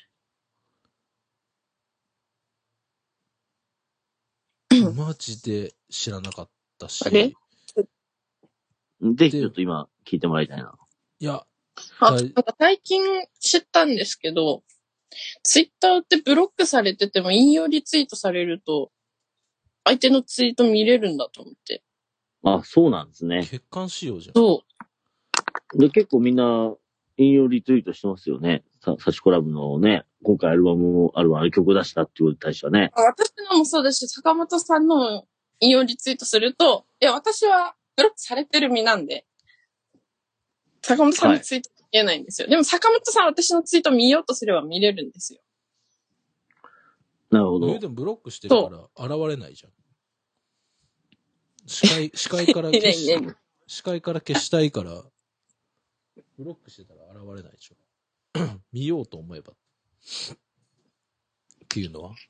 B: マジで知らなかったし。
D: あれ
C: ぜひちょっと今聞いてもらいたいな。
B: いや、
D: あ、なんか最近知ったんですけど、ツイッターってブロックされてても引用リツイートされると、相手のツイート見れるんだと思って。
C: あ、そうなんですね。
B: 欠陥仕様じゃん。
D: そう。
C: で、結構みんな引用リツイートしてますよね。サチコラブのね、今回アルバム、アルバム曲出したっていうことに対してはね。
D: 私のもそうだし、坂本さんの引用リツイートすると、いや、私はブロックされてる身なんで、坂本さんのツイート見えないんですよ。はい、でも坂本さん私のツイート見ようとすれば見れるんですよ。
C: なるほど。
B: でもブロックしてるから現れないじゃん。視界、視界から消し、視界から消したいから、ブロックしてたら現れないでしょ。見ようと思えば。っていうのは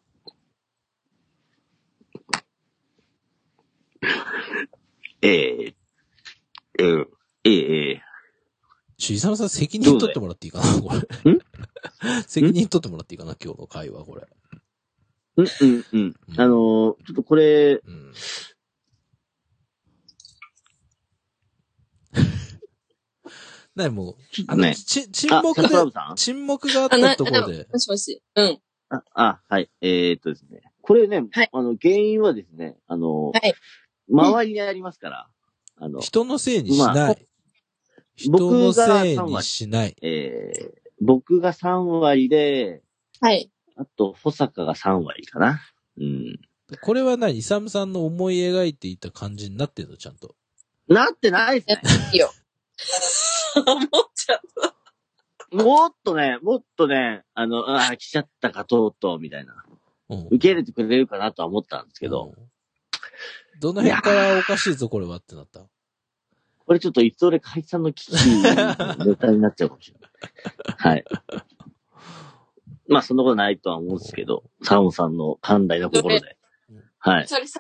C: ええええええ
B: ち、イサムさん責任取ってもらっていいかなこれ。ん責任取ってもらっていいかな今日の会話、これ。
C: うんうんうん。うん、あのー、ちょっとこれ、うん、
B: なにもう、
C: ね、
B: ち、沈黙で、沈黙があったところで。
D: もしもし。うん。
C: あ、あ、はい。えー、っとですね。これね、はい、あの、原因はですね、あの、はい、周りにありますから、あの、
B: 人のせいにしない。まあ、人のせいにしない。
C: えー、僕がさん割で、
D: はい。あ
C: と、保坂がさん割かな。うん。
B: これは何イサムさんの思い描いていた感じになってるのちゃんと。
C: なってないですね。
D: いいよ。思っちゃった。
C: もっとね、もっとね、あの、ああ、来ちゃったか、とうとう、みたいな。うん、受け入れてくれるかなとは思ったんですけど。
B: うん、どの辺からおかしいぞ、これはってなった。
C: これちょっといつ俺解散の危機ネタになっちゃうかもしれない。はい。まあ、そんなことないとは思うんですけど、サオンさんの寛大な心で。はい。それさ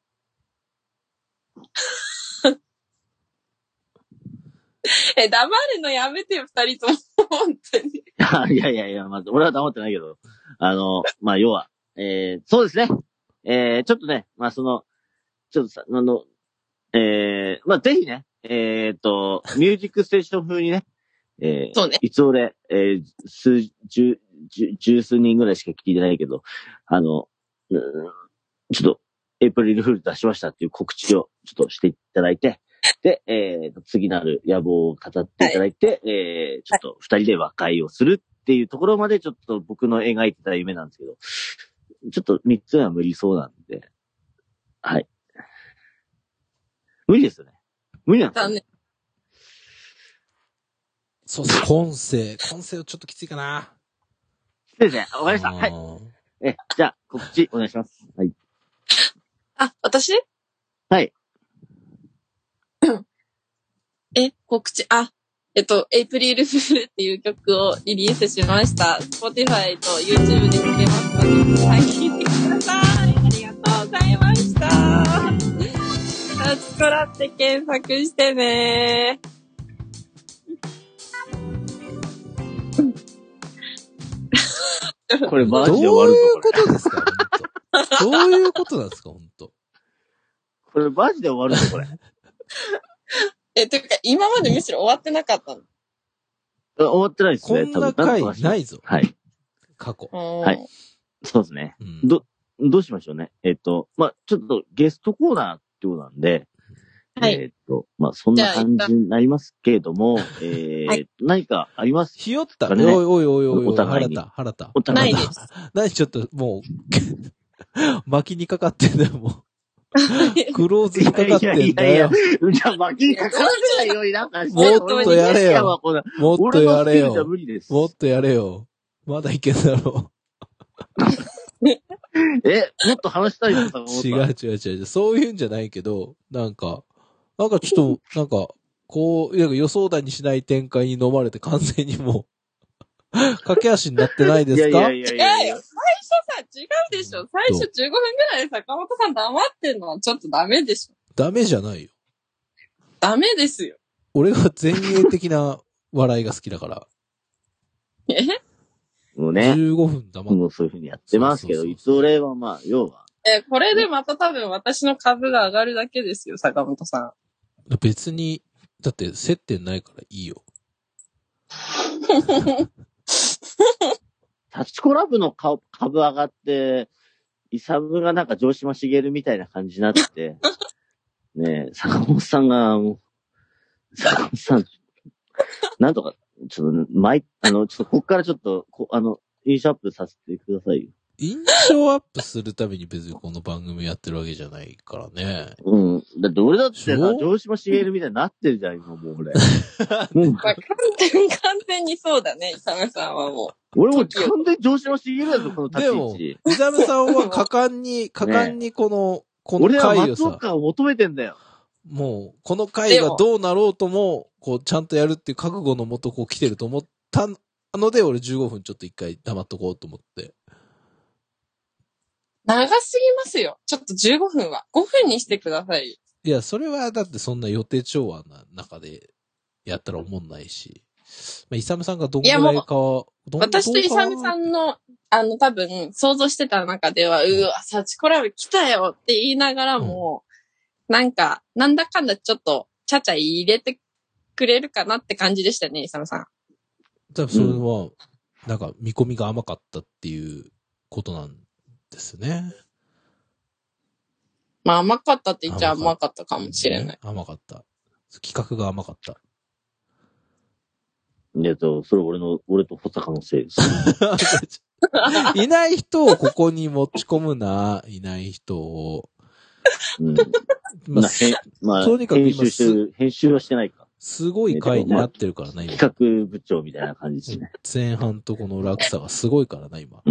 D: え、黙るのやめてよ、二人とも。本当
C: に。いやいやいや、まず、俺は黙ってないけど。あの、まあ、要は、えー、そうですね。えー、ちょっとね、まあ、その、ちょっとさ、あの、えー、まあ、ぜひね、えーっと、ミュージックステーション風にね、えー、そうね。いつ俺、えー、数、十、十、十数人ぐらいしか聞いてないけど、あの、うん、ちょっと、エイプリルフール出しましたっていう告知をちょっとしていただいて、で、えー、次なる野望を語っていただいて、はい、えー、ちょっと二人で和解をするっていうところまでちょっと僕の描いてた夢なんですけど、ちょっと三つは無理そうなんで、はい。無理ですよね。無理なんですよね。
B: そうそう、今世。今世はちょっときついかな。
C: そうですね。わかりました。はい。え、じゃあ、告知お願いします。はい。
D: あ、私？
C: はい。
D: え、告知、あ、えっと、エイプリルフールっていう曲をリリースしました。Spotify と YouTube で聴けますので、はい、聴いてください。ありがとうございました。サチコラって検索してね。
C: これマジで終わるぞ。
B: どういうことですかどういうことなんですか本当。
C: これマジで終わるぞ、これ。
D: え、てか、今までむしろ終わってなかったの。
C: 終わってないですね。
B: こんな回ないぞ。
C: はい。
B: 過去。
C: はい。そうですね。
B: うん、
C: ど、どうしましょうね。えっと、まあ、ちょっとゲストコーナーってことなんで、
D: はい。
C: えっと、まあ、そんな感じになりますけれども、えー、はい、何かありますかね。
B: ひよった。おいおいおいおいおい、
C: お互いに。
B: 腹た、腹た。
C: お互いに。
D: ないです。
B: 何ちょっと、もう、巻きにかかってんだよ、もう。クローズにかかってんだよ。いやいやいや、
C: じゃあ巻きにかかってないようになんかして。
B: もっとやれよ。もっとやれよ。もっとやれよ。まだいけんだろ
C: う。え、もっと話したいですか？
B: 違う違う違う。そういうんじゃないけど、なんか、なんかちょっと、なんか、こう、予想だにしない展開に飲まれて完全にもう、駆け足になってないですか？
C: いやいやいやいや。
D: 最初さ、違うでしょ。最初じゅうごふんぐらい坂本さん黙ってんのはちょっとダメでしょ。
B: ダメじゃないよ。
D: ダメですよ。
B: 俺は前衛的な笑いが好きだから。
D: え
C: もうね。
B: じゅうごふん黙って。
C: もうそういう風にやってますけど、いつ俺はまあ、要は。
D: え、これでまた多分私の株が上がるだけですよ、坂本さん。
B: 別に、だって接点ないからいいよ。
C: タチコラブの株上がって、イサムがなんか城島茂みたいな感じになって、ねえ、坂本さんが、もう、坂本さん、なんとか、ちょっと、毎、あの、ちょっと、こっからちょっと、こあの、印象アップさせてくださいよ。
B: 印象アップするために別にこの番組やってるわけじゃないからね。
C: うん。だって俺だってさ、城島茂みたいになってるじゃん、今もう俺。
D: うん、まあ、完全、完全にそうだね、イサムさんはも
C: う。俺も完全に城島茂だぞ、この立ち位置。
B: でも、イサムさんは果敢に、果敢にこの、ね、この回をさ。
C: 俺は松岡を求めてんだよ。
B: もう、この回がどうなろうとも、こう、ちゃんとやるっていう覚悟のもと、こう来てると思ったので、俺じゅうごふんちょっと一回黙っとこうと思って。
D: 長すぎますよ。ちょっとじゅうごふんは。ごふんにしてください。
B: いや、それはだってそんな予定調和な中でやったら思んないし。まあ、イサムさんがどんぐらいかは、
D: 私とイサムさんの、あの、多分、想像してた中では、うん、うわ、サチコラブ来たよって言いながらも、うん、なんか、なんだかんだちょっと、ちゃちゃ入れてくれるかなって感じでしたね、イサムさん。
B: 多分それは、なんか、見込みが甘かったっていうことなんですね。
D: まあ、甘かったって言っちゃ甘かったかもしれない。
B: 甘かった。企画が甘かった。
C: いや、それ俺の、俺と保坂のせいです。
B: いない人をここに持ち込むな、いない人を。
C: うん。まあ、まあ、とにかく編集してる、編集はしてないか。
B: すごい回になってるからな、
C: 今。企画部長みたいな感じですね。
B: 前半とこの落差がすごいからな、今。
C: うん。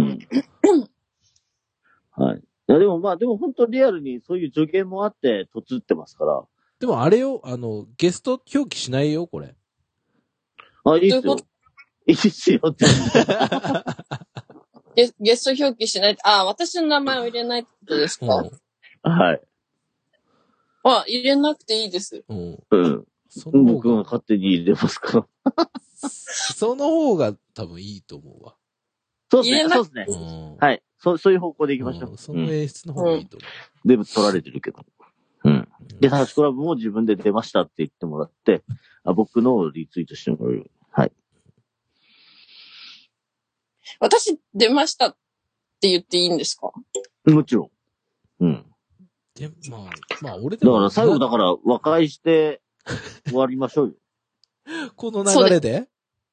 C: はい。いや、でもまあ、でも本当リアルにそういう助言もあって、とつってますから。
B: でもあれよ、あの、ゲスト表記しないよ、これ。
C: あ、いいっすよ。いいっすよって。
D: ゲ, ゲスト表記しない。あ、私の名前を入れないってことですか？うん、
C: はい。
D: あ、入れなくていいです。
C: うん。うん。僕が勝手に入れますから。
B: その方が多分いいと思うわ。
C: そうですね。そうですね、うん。はい。そう、そういう方向でいきましょう。うん、
B: その演出の方がいいと思う。
C: うん、全部取られてるけど。うん。で、タチコラブも自分で出ましたって言ってもらって、あ、僕のをリツイートしてもらう。はい。
D: 私、出ましたって言っていいんですか？
C: もちろん。うん。
B: で、まあ、まあ、俺でも。
C: だから最後だから和解して終わりましょうよ。
B: この流れで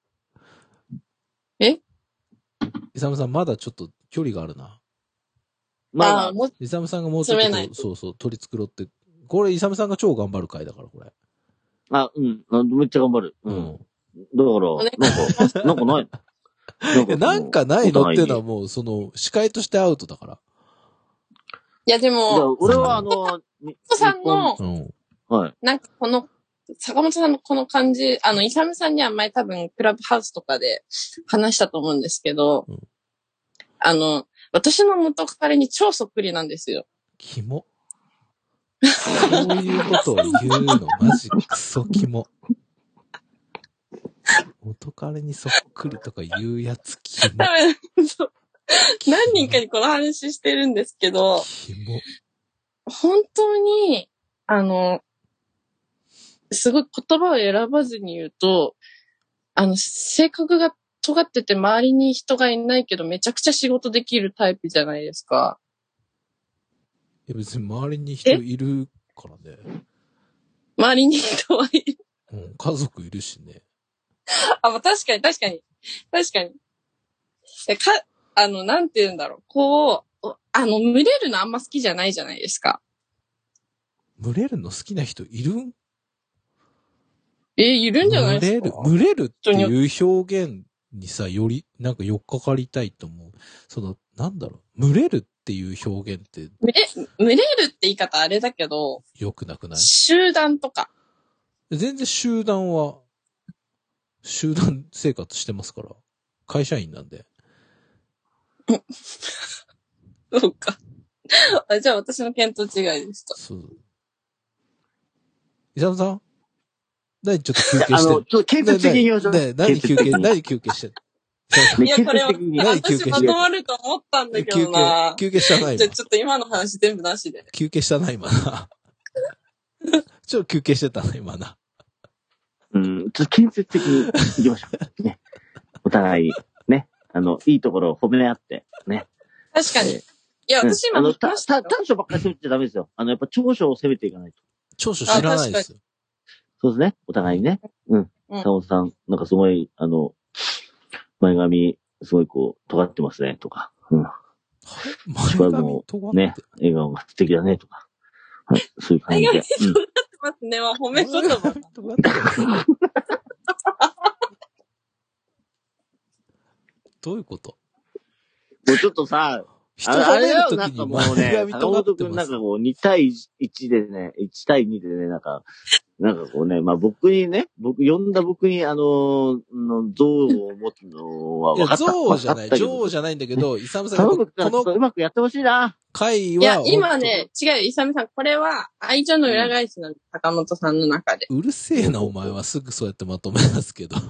D: え
B: イサムさんまだちょっと距離があるな。
C: まあ、
B: イサムさんがもうちょっと、そうそう、取り繕って。これ、イサムさんが超頑張る回だから、これ。
C: あ、うん。めっちゃ頑張る。うん。だから、なんか、なんかない
B: のなんかないのっていうのはもう、その、司会としてアウトだから。
D: いや、でも、
C: 俺はあの、
D: 坂本さんの、
B: うん、
D: はい。なんかこの、坂本さんのこの感じ、あの、イサムさんには前多分、クラブハウスとかで話したと思うんですけど、うん、あの、私の元彼に超そっくりなんですよ。
B: キモ。そういうことを言うの、マジクソキモ。元彼にそっくりとか言うやつキモ。
D: 多分、そう。何人かにこの話してるんですけど、
B: キモ。
D: 本当に、あの、 すごい言葉を選ばずに言うと、あの、性格が尖ってて周りに人がいないけどめちゃくちゃ仕事できるタイプじゃないですか。
B: いや別に周りに人いるからね。
D: 周りに人はいる。
B: うん、家族いるしね。
D: あ、まあ、確かに確かに。確かに。えか、あの、なんて言うんだろう。こう、あの、群れるのあんま好きじゃないじゃないですか。
B: 群れるの好きな人いるん？
D: え、いるんじゃないですか。
B: 群れる、群れるっていう表現にさ、より、なんかよっかかりたいと思う。その、なんだろう。群れるっていう表現って。
D: 群れ、群れるって言い方あれだけど。
B: よくなくない？
D: 集団とか。
B: 全然集団は、集団生活してますから。会社員なんで。
D: そうか。あ、じゃあ私の見当違いでした。
B: そう。イサムさん？何ちょっと休憩してる？
C: あの、ちょっと建設的に言いましょう。
B: ね、何休憩、何休憩してる？
D: いや、これ私まとまると思ったんだけどな。
B: 休憩、休憩したな、今。
D: じゃあちょっと今の話全部なしで。
B: 休憩したな、今な。ちょっと休憩してたな、今な。
C: うん、ちょっと建設的に行きましょう。ね。お互い、ね。あの、いいところを褒め合って、ね。
D: 確かに。いや、
C: うん、
D: 私今
C: あの、た、た、短所ばっかり攻めてちゃダメですよ。あの、やっぱ長所を攻めていかないと。
B: 長所知らないですよ。
C: そうですね。お互いにね。うん。坂本さん、なんかすごい、あの、前髪、すごいこう、尖ってますね、とか。うん。はい。前髪尖って。ね、笑顔が素敵だね、とか。はい。そういう感じで。
D: 前髪尖ってますね、は褒め言葉。
B: どういうこと？
C: もうちょっとさ、
B: 人褒めるときに
C: もうね、坂本くんなんかこうに対いちでね、いち対にでね、なんか、なんかこうね、まあ僕にね、僕、呼んだ僕にあの、の像を持つのは分かった。いや、
B: 像じゃない、像じゃないんだけど、イサムさん
C: がこの、うまくやってほしいな。
B: 会は。
D: いや、今ね、違う、イサムさん、これは愛情の裏返しなの、坂本さんの中で。
B: うるせえな、お前はすぐそうやってまとめますけど。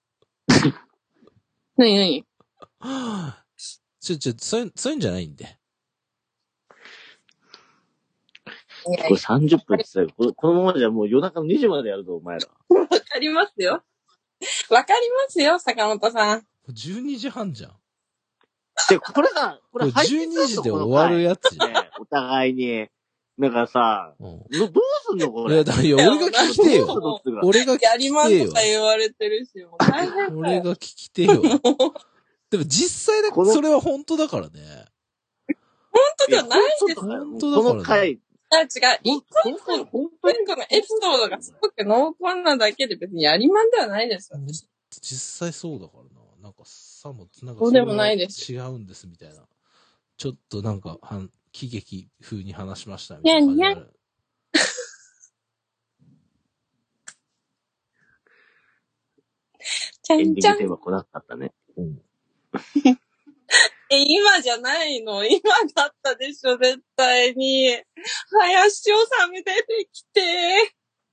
D: なになに
B: ちょ、ちょ、そういう、そういうんじゃないんで。
C: これさんじゅっぷんって言ったら、このままじゃもう夜中のにじまでやるぞ、お前ら。
D: わかりますよ。わかりますよ、坂本さん。
B: じゅうにじはんじゃん。
C: で、これさ、これ
B: じゅうにじで終わるやつじゃん。
C: ね、お互いに。なんかさ、うん、どうすんのこれ。
B: いや、だから、俺が聞きてえよ。俺が聞きてえよ。
D: やりますとか言われてるし、もう大変。
B: 俺が聞きてえよ。でも実際だけそれは本当だからね。
D: 本当じゃないですよ。
B: 本当だからね。
C: この回。
D: あ、違う。一個一個の、本当にこのエピソードがすごく濃厚なだけで別にやりまんではないですよ。
B: 実際そうだからな。なんかさも、なんか
D: そうでもないです。
B: 違うんですみたいな。ちょっとなんか、はん喜劇風に話しましたみたいな感じで。いやいや
D: ちゃんちゃん。エンディング
C: テーマ来なかったね。うん、
D: え、今じゃないの？今だったでしょ、絶対に。林修出てきて。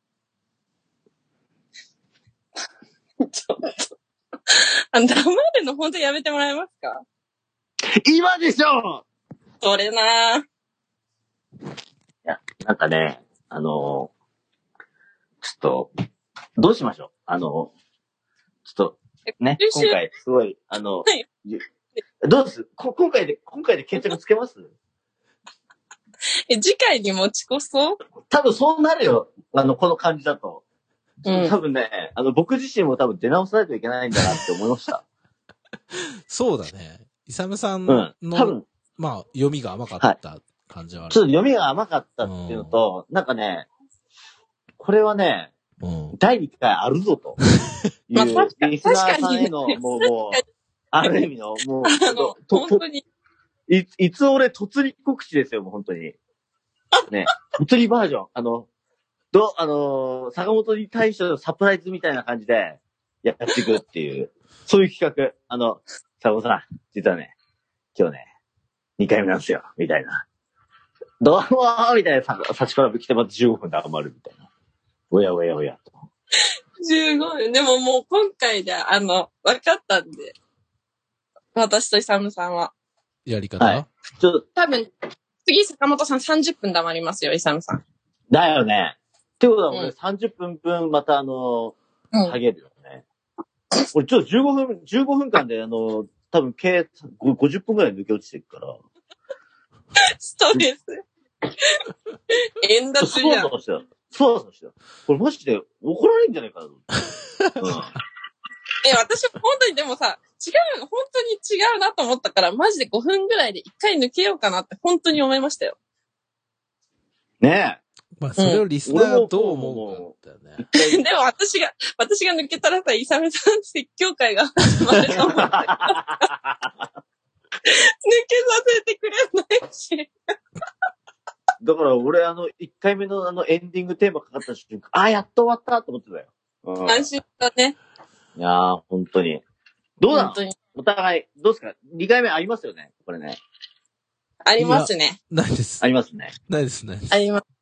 D: ちょっと。あ、黙るの本当やめてもらえますか？
C: 今でしょ！
D: それなぁ。い
C: や、なんかね、あのー、ちょっと、どうしましょう？あの、ちょっと、ね、今回、すごい、あの、はい、どうですこ今回で、今回で決着つけます？
D: え、次回に持ち越そう
C: 多分そうなるよ。あの、この感じだと。うん、多分ね、あの、僕自身も多分出直さないといけないんだなって思いました。
B: そうだね。イサムさんの、うん、多分、まあ、読みが甘かった感じはある、はい。
C: ちょっと読みが甘かったっていうのと、うん、なんかね、これはね、うん、だいにかいあるぞと。いう、まあ、リスナーさんへの、もう、もう、ある意味の、もう、
D: あの、本当に。
C: い、いつ俺、突撃告知ですよ、もう本当に。ね。突撃バージョン。あの、ど、あのー、坂本に対してのサプライズみたいな感じで、やっていくっていう、そういう企画。あの、坂本さん、実はね、今日ね、にかいめなんですよ、みたいな。どうもーみたいな、さ、さちからぶ来てまたじゅうごふんで余るみたいな。おやおやおやと。
D: じゅうごふん。でももう今回で、あの、分かったんで。私とイサムさんは。
B: やり方、
C: はい、ちょっと。
D: 多分、次坂本さんさんじゅっぷん黙りますよ、イサムさん。
C: だよね。 ってことは俺
D: うん
C: さんじゅっぷんぶんまたあの、
D: うん。
C: 下げるよね。俺ちょっとじゅうごふん、じゅうごふんかんであの、多分計ごじゅっぷんくらい抜け落ちてるから。
D: ストレス。円脱
C: そ
D: じゃん。
C: うそうしたよ。そうそうしたよ。これマジで怒られるんじゃないかなと思って。うん。
D: え、私本当にでもさ、違う、本当に違うなと思ったから、マジでごふんぐらいで一回抜けようかなって本当に思いましたよ。
C: ね
B: まあ、それをリスナーがどう思うかだよね。
C: え。
D: でも私が、私が抜けたらさ、イサメさん説教会が始まると思って。抜けさせてくれないし。
C: だから俺あの、いっかいめのあのエンディングテーマかかった瞬間、あ、やっと終わったと思ってたよ。うん。
D: 安心だね。
C: いやー、本当に。どうなの
D: 本当に。
C: お互い、どうですか ?に 回目ありますよねこれね。
D: ありますね。
B: ないです
C: あ。りますね。
B: ないです、ないです。
D: あります。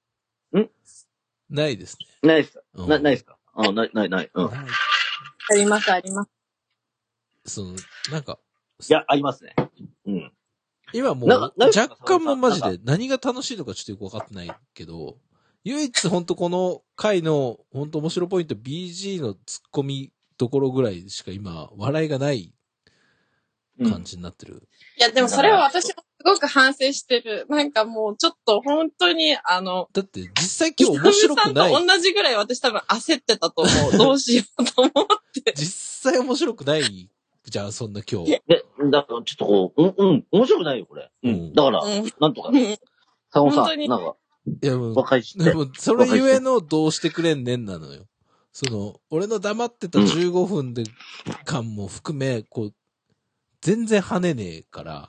B: ないですね。
C: ないですか、
B: うん
C: な、ないですかあ、ない、ない、ない。うん。い
B: ない
D: あります、あります。
B: その、なんか、
C: や、ありますね。うん。
B: 今もう、
C: ななんか
B: 若干もマジ
C: な
B: で何が楽しいのかちょっとよくわかってないけど、唯一ほんとこの回のほんと面白ポイント ビージー のツッコミどころぐらいしか今、笑いがない感じになってる。
D: いや、でもそれは私もすごく反省してる。なんかもうちょっと本当に、あの、
B: だって実際今日面白くない。
D: イサムさんと同じぐらい私多分焦ってたと思う。どうしようと思って。
B: 実際面白くないじゃん、そんな今日。
C: で、だからちょっとこう、うん、うん、面白くないよ、これ。う
B: うん
C: ん。だから、
D: うん
C: なんとか
D: う、ん
C: 坂本さん、
D: 本当に
C: なんか、
B: いやもう、
C: 和解して。
B: でも、それゆえのどうしてくれんねんなのよ。その、俺の黙ってたじゅうごふんで、間も含め、こう、全然跳ねねえから、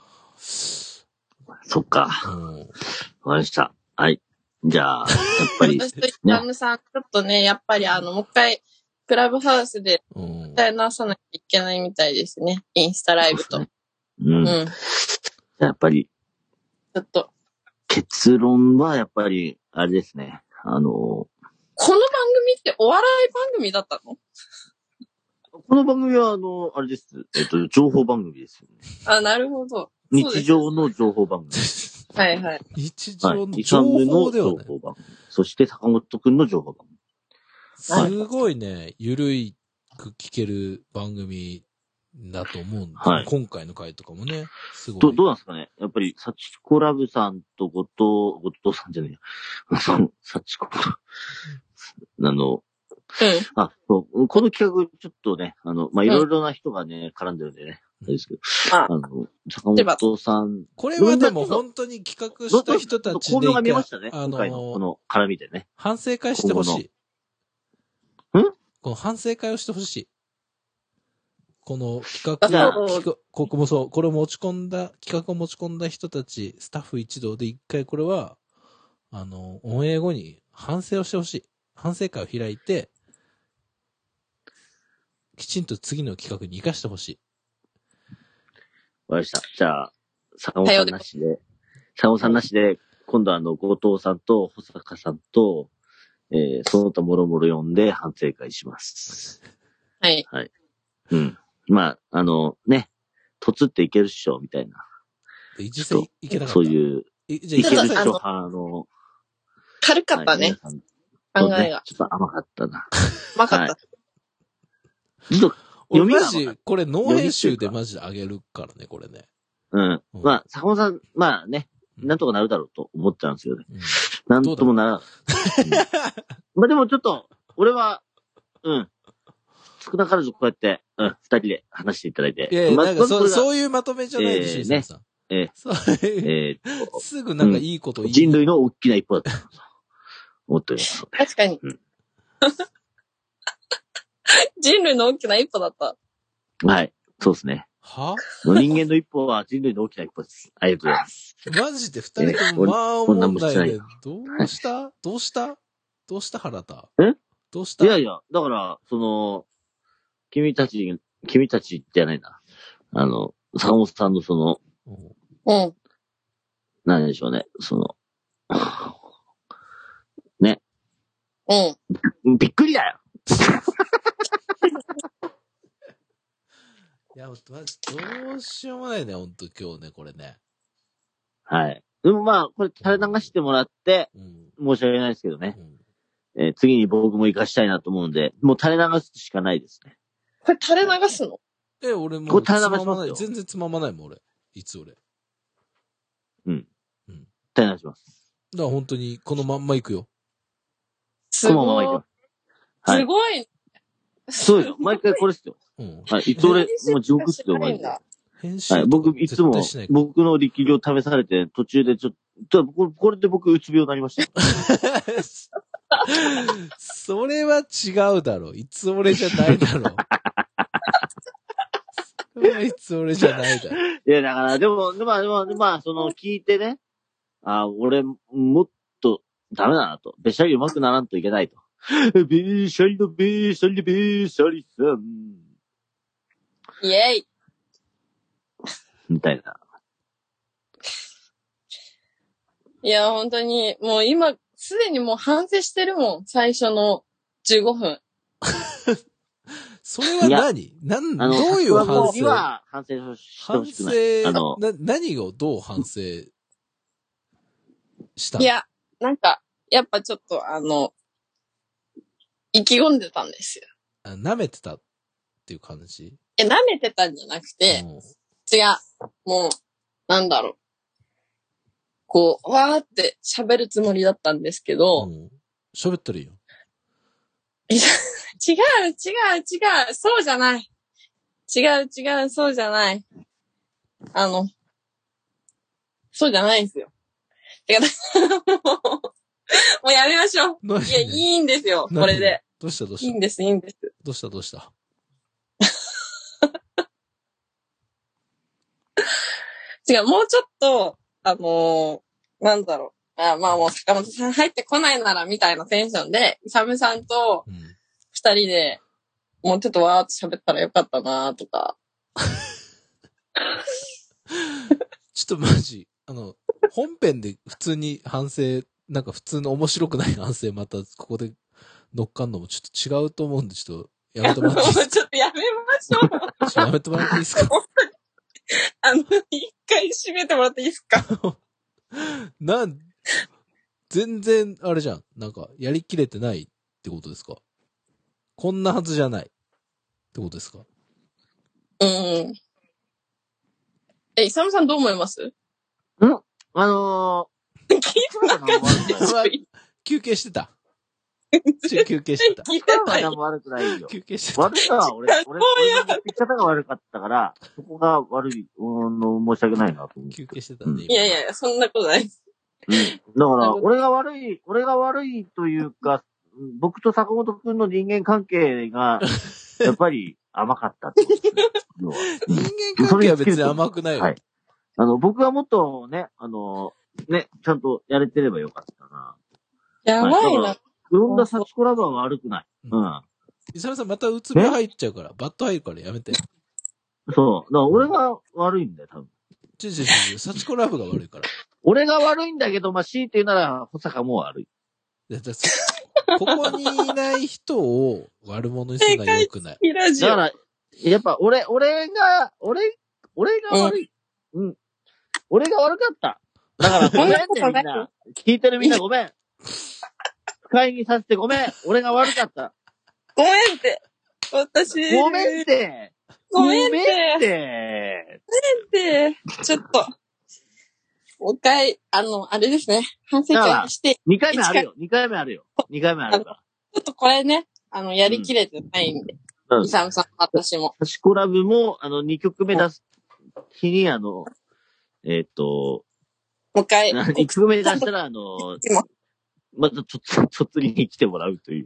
C: そっか。
B: うん。
C: わかりました。はい。じゃあ、やっぱり、
D: 私とイサムさん、ちょっとね、やっぱりあの、もう一回、クラブハウスで
B: うん。
D: 伝え直さなきゃいけないみたいですね。インスタライブと。
C: う。
D: うんん。
C: やっぱり、
D: ちょっと。
C: 結論はやっぱり、あれですね。あの、
D: この番組ってお笑い番組だったの？
C: この番組は、あの、あれです。えっと、情報番組ですよね。
D: あ、なるほど。
C: 日常の情報番組。
D: はいはい。
B: 日
C: はい。
B: 常の
C: イサム
B: 情報
C: の
B: ではね、
C: 情報番組。そして、坂本くんの情報番組。
B: すごいね、ゆるいく聞ける番組だと思うんだ、
C: はい
B: 今回の回とかもね、すごい。
C: ど、どうなんですかねやっぱり、サチコラブさんと後藤、後藤さんじゃねえや。その、サチコ、あの、
D: うん。
C: あ、そう、この企画、ちょっとね、あの、まあ、いろいろな人がね、絡んでるんでね、あれですけど、
D: あ
C: あの、坂本さん、
B: これはでも本当に企画した人たちで
C: 巧妙が見えましたね、
B: あ
C: 今回のこ
B: の、
C: の絡みでね。
B: 反省会してほしい。
C: ん
B: この反省会をしてほしい。この企画
C: じゃあ
B: 企画ここもそう、これを持ち込んだ、企画を持ち込んだ人たち、スタッフ一同で一回これは、あの、オンエア後に反省をしてほしい。反省会を開いて、きちんと次の企画に活かしてほしい。
C: わかりました。じゃあ、坂本さんなしで、坂本さんなしで、今度はあの、後藤さんと保坂さんと、えー、その他もろもろ呼んで反省会します。
D: はい。
C: うん。まあ、あの、ね、とつっていけるっしょ、みたいな。
B: で一斉いけなかった。
C: そういう、
B: いじゃあ
C: いけるっしょ
D: ちょっと
C: 派の、
D: 軽かったね。
C: はい皆さんそうね
D: 考えが。
C: ちょっと甘かったな。
D: うまかった。
C: はいちょっと、
B: 俺
C: 読みが
B: マジ、これノー編集でマジであげるからね、これね。
C: うん。
B: うん
C: まあ、坂本さん、まあね、
B: うん
C: なんとかなるだろうと思っちゃうんですよね。
B: うん
C: なんともならない。うんまあでもちょっと、俺は、うん。少なからずこうやって、うん、二人で話していただいて。
B: いやいや、
C: ま
B: なんかそう、
C: まずこれが
B: そういうまとめじゃないでしょ、
C: えー
B: 石井さん。
C: えー
B: そういう、
C: えーと
B: すぐなんかいいこと言い、
C: 人類の大きな一歩だったと思っております。
D: 確かに。
C: うん
D: 人類の大きな一歩だった。
C: はい。そうですね。
B: は
C: 人間の一歩は人類の大きな一歩です。ありがとうございます。
B: マジで二人とも、まあ、
C: こんなん
B: 問
C: もしてない
B: 題で、どうしたどうしたどうした原田
C: え
B: どうした
C: いやいや、だから、その、君たち、君たちじゃないな。あの、坂本さんのその、
B: うん
D: うん。
C: 何でしょうね。その、
D: うん。
C: びっくりだよ
B: いや、マジ、どうしようもないね、ほんと今日ね、これね。
C: はい。でもまあ、これ垂れ流してもらって、
B: うん。
C: 申し訳ないですけどね。
B: うん
C: えー次に僕も活かしたいなと思うので、もう垂れ流すしかないですね。
D: これ垂れ流すの？
B: え、俺も
C: これ
B: うつま
C: 垂れ流しまよ
B: ますない。全然つままないもん、俺。いつ俺。
C: うん。
B: うん。
C: 垂れ流します。
B: だから本当に、このまんま行くよ。
D: す
C: このままいき
D: ごい。
C: ます。はい。
D: すごい。
C: そうよ。毎回これっすよ。
B: うん。
C: はい。いつ俺、もう地獄っすよ、マジで。
B: 編集
C: はい。僕、いつも
B: 絶対しない、から
C: 僕の力量試されて、途中でちょっと、これこれで僕、うつ病になりましたよ。
B: それは違うだろ。いつ俺じゃないだろ。それはいつ俺じゃないだろ。
C: いや、だから、でも、でも、でも、まあ、その、聞いてね、あ、俺、もっと、ダメだなと。べしゃり上手くならんといけないと。べしゃりのべしゃりべしゃりさん。
D: イェイ。
C: みたいな。
D: いや、本当に、もう今、すでにもう反省してるもん。最初のじゅうごふん。
B: それは何なん、
C: あの、
B: どういう反
C: に
B: 省
C: は反省してほ
B: 反
C: しくない。
B: 省、
C: あの、
B: な、何をどう反省したの？
D: いや、なんか、やっぱちょっとあの、意気込んでたんですよ。
B: あ、舐めてたっていう感じ？
D: いや、舐めてたんじゃなくて、
B: うん、
D: 違う。もう、なんだろう。こう、わーって喋るつもりだったんですけど、
B: うん。喋ったらいいよ。
D: いや、違う、違う、違う、そうじゃない。違う、違う、そうじゃない。あの、そうじゃないんですよ。てか、もう、もうやめましょう。
B: 何
D: いや、いいんですよ、
B: 何
D: これで。
B: どうしたどうした
D: いいんです、いいんです。
B: どうしたどうした
D: 違う、もうちょっと、あのー、なんだろう。あまあもう坂本さん入ってこないならみたいなテンションで、イサムさんと
B: うん。
D: 二人で、もうちょっとわーっと喋ったらよかったなとか。
B: ちょっとマジ、あの、本編で普通に反省、なんか普通の面白くない反省またここで乗っかんのもちょっと違うと思うんで、ちょっとやめてもらっていいです
D: ちょっとやめましょう。
B: か？ちょっとやめてもらっていいですか？
D: あの、一回閉めてもらっていいですか？
B: なん、全然、あれじゃん。なんか、やりきれてないってことですか？こんなはずじゃないってことですか？
D: うん。え、イサムさんどう思います？
C: んあの
D: 聞いてなかったでしょ。
B: 休憩してた。ちょ休憩してた。
D: 聞いてない。
C: ー、何も悪くないよ。
B: 休憩してた。
C: 悪いのは俺、俺、俺の持ってき方が悪かったから、そこが悪い、うん、の申し訳ないなと思う。
B: 休憩してたんで、
D: いやいやいや、そんなことない。
C: うん。だから、俺が悪い、俺が悪いというか、僕と坂本くんの人間関係が、やっぱり甘かったってことですね。要は
B: 人間関係は別に甘くないよ。
C: はい。あの、僕がもっとね、あの、ね、ちゃんとやれてればよかったな。
D: やばい
C: はい
D: な。
C: 呼んだサチコラブは悪くない。うん。
B: 伊沢さんまたうつ病入っちゃうから、バット入るからやめて。
C: そう。だから俺が悪いんだよ、多分。
B: ちょちょちょ、サチコラブが悪いから。
C: 俺が悪いんだけど、まあ、強いて言うなら、保坂も悪い。
B: いやだそここにいない人を悪者にするのは良くない。
D: いラジオ。
C: だから、やっぱ俺、俺が、俺、俺が悪い。うん。俺が悪かった。だから、ごめんね、みんな。聞いてるみんなごめん。不快にさせてごめん。俺が悪かった。
D: ごめんって。私。
C: ごめんって。
D: ごめんって。
C: ごめんって。
D: ごめんって。ちょっと。もう一回、あの、あれですね。反省会して。
C: にかいめあるよ。にかいめあるよ。にかいめあるから。
D: ちょっとこれね、あの、やりきれてないんで。
C: うん。
D: イサムさん、私も。
C: サチコラブも、あの、にきょくめ出す日に、あの、えっと、
D: もう一回。
C: いっきょくめ出したら、あの、またちょっと、ちょっとに来てもらうという。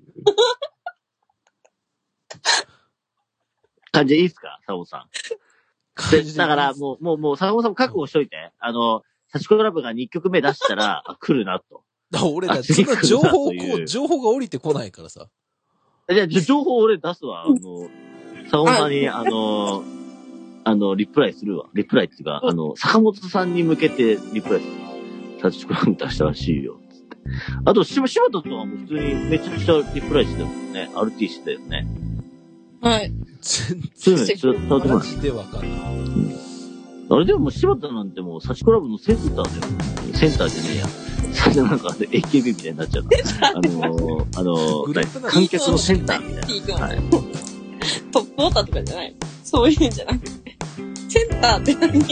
C: 感じでいいですかサボさん。で、だから、もう、もう、もう、サボさんも覚悟しといて。あの、サチコラブがにきょくめ出したら、あ、来るなと。
B: だ俺だ、その情報をこう、情報が降りてこないからさ。
C: じゃあ、情報俺出すわ。あの、サボさんに、あの、あの、リプライするわ。リプライっていうか、あの、坂本さんに向けてリプライするわ。サチコラブ出したらしいよ。つって。あと、しば、しばとかも普通にめちゃくちゃリプライしてたもんね。アールティー してたよね。
D: はい。
B: 全
C: そういうの
B: 然、
C: ちょっと伝わってこない。
B: マジでわかんない。
C: あれでも、柴田なんてもう、サチコラブのセンターだよ。センターじゃねえや。 それでなんか、エーケービー みたいになっちゃうな。あのー、あのー、観客のセンターみたいな。はい、
D: トップウォーターとかじゃない。そういうんじゃなくて。センターって何？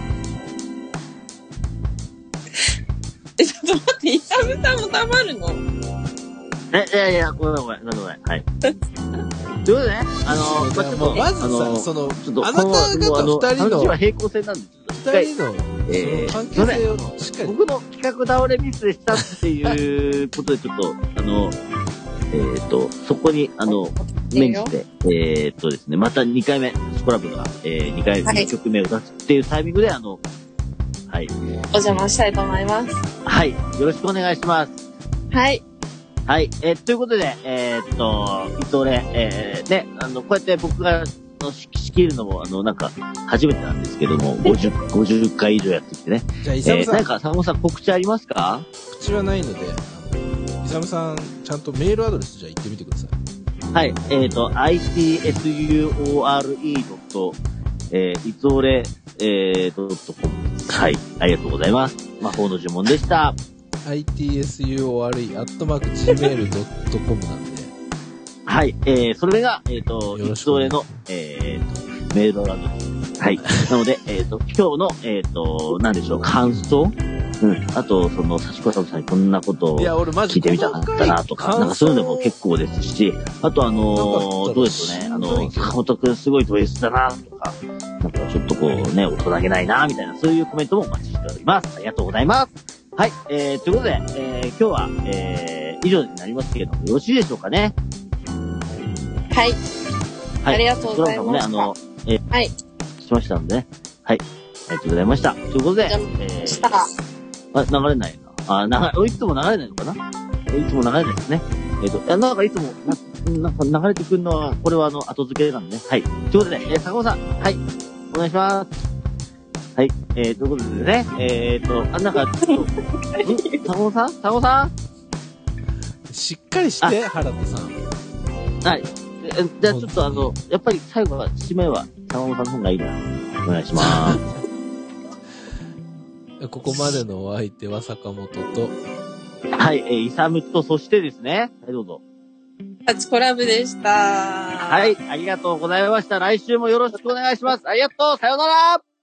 D: え、ちょっと待って、イサムさんも黙るの？
C: え、いやいや、ごめんごめん、ごめんごめん。はい。ということでね、あのー、まあ、ちょっと、
B: まずさ、
C: あのー、
B: その、
C: ちょっと、
B: あなた方二人の、
C: 話は平行線なんです
B: 二人の、えー、関係性をしっかり。
C: 僕の企画倒れミスでしたっていうことで、ちょっと、あの、えっ、ー、と、そこに、あの、免じて、えっ、ー、とですね、またにかいめ、スコラブが、えー、にかいめ、いっきょくめを出すっていうタイミングで、あの、はい。
D: お邪魔したいと思います。
C: はい。よろしくお願いします。
D: はい。
C: はい。えー、ということで、えー、っと、伊藤ね、えー、ね、あの、こうやって僕が、の仕切るのも、あの、なんか、初めてなんですけども、ごじゅう、ごじゅっかい以上やってきてね。
B: じゃあ、イサムさん。
C: えー、なんか、坂本さん告知ありますか？
B: 告知はないので、あの、イサムさん、ちゃんとメールアドレスじゃあ言ってみてください。
C: はい。えっ、ー、と、アイティーエスユーオーアールイー ドット、えー、いつおれ、えー、ドットコム。はい。ありがとうございます。魔法の呪文でした。
B: アイティーエスユーオーアールイー アットマーク ジーメールドットコム なんで。
C: はい。えー、それが、えっ、ー、と、いつおれの、えー、と、メールアドレス。はい。なので、えっ、ー、と、今日の、えっ、ー、と、なんでしょう、感想？うん。あと、その、幸子さんにこんなことを聞いてみたかったなとか、なんかそういうのも結構ですし、あとあのー、どうですよね、あの、坂本くんすごいド S だなとか、なんかちょっとこうね、大人げないなみたいな、そういうコメントもお待ちしております。ありがとうございます。はい。えー、ということで、えー、今日は、えー、以上になりますけれども、よろしいでしょうかね。
D: はい。
C: はい。
D: ありがとうございました。
C: ね、あの、えー、
D: はい。
C: しましたのでね。はい。ありがとうございました。ということで、
D: えー、
C: あ、流れないな。あ、流れ、いつも流れないのかな？いつも流れないですね。えっ、ー、と、なんかいつも、な、なんか流れてくるのは、これはあの、後付けなんでね。はい。ということで、えー、坂本さん、はい。お願いします。はい。えー、ということでね、えーと、あ、なんか、ちょっと、ん坂本さん坂本さん
B: しっかりして、原田さん。
C: はい。え、じゃあちょっとあの、やっぱり最後は、締めは、坂本さんの方がいいな。お願いします。
B: ここまでのお相手は坂本と、
C: はい、えー、イサムと、そしてですね、はい、どうぞ。
D: ハチコラブでした。
C: はい、ありがとうございました。来週もよろしくお願いします。ありがとう、さようなら。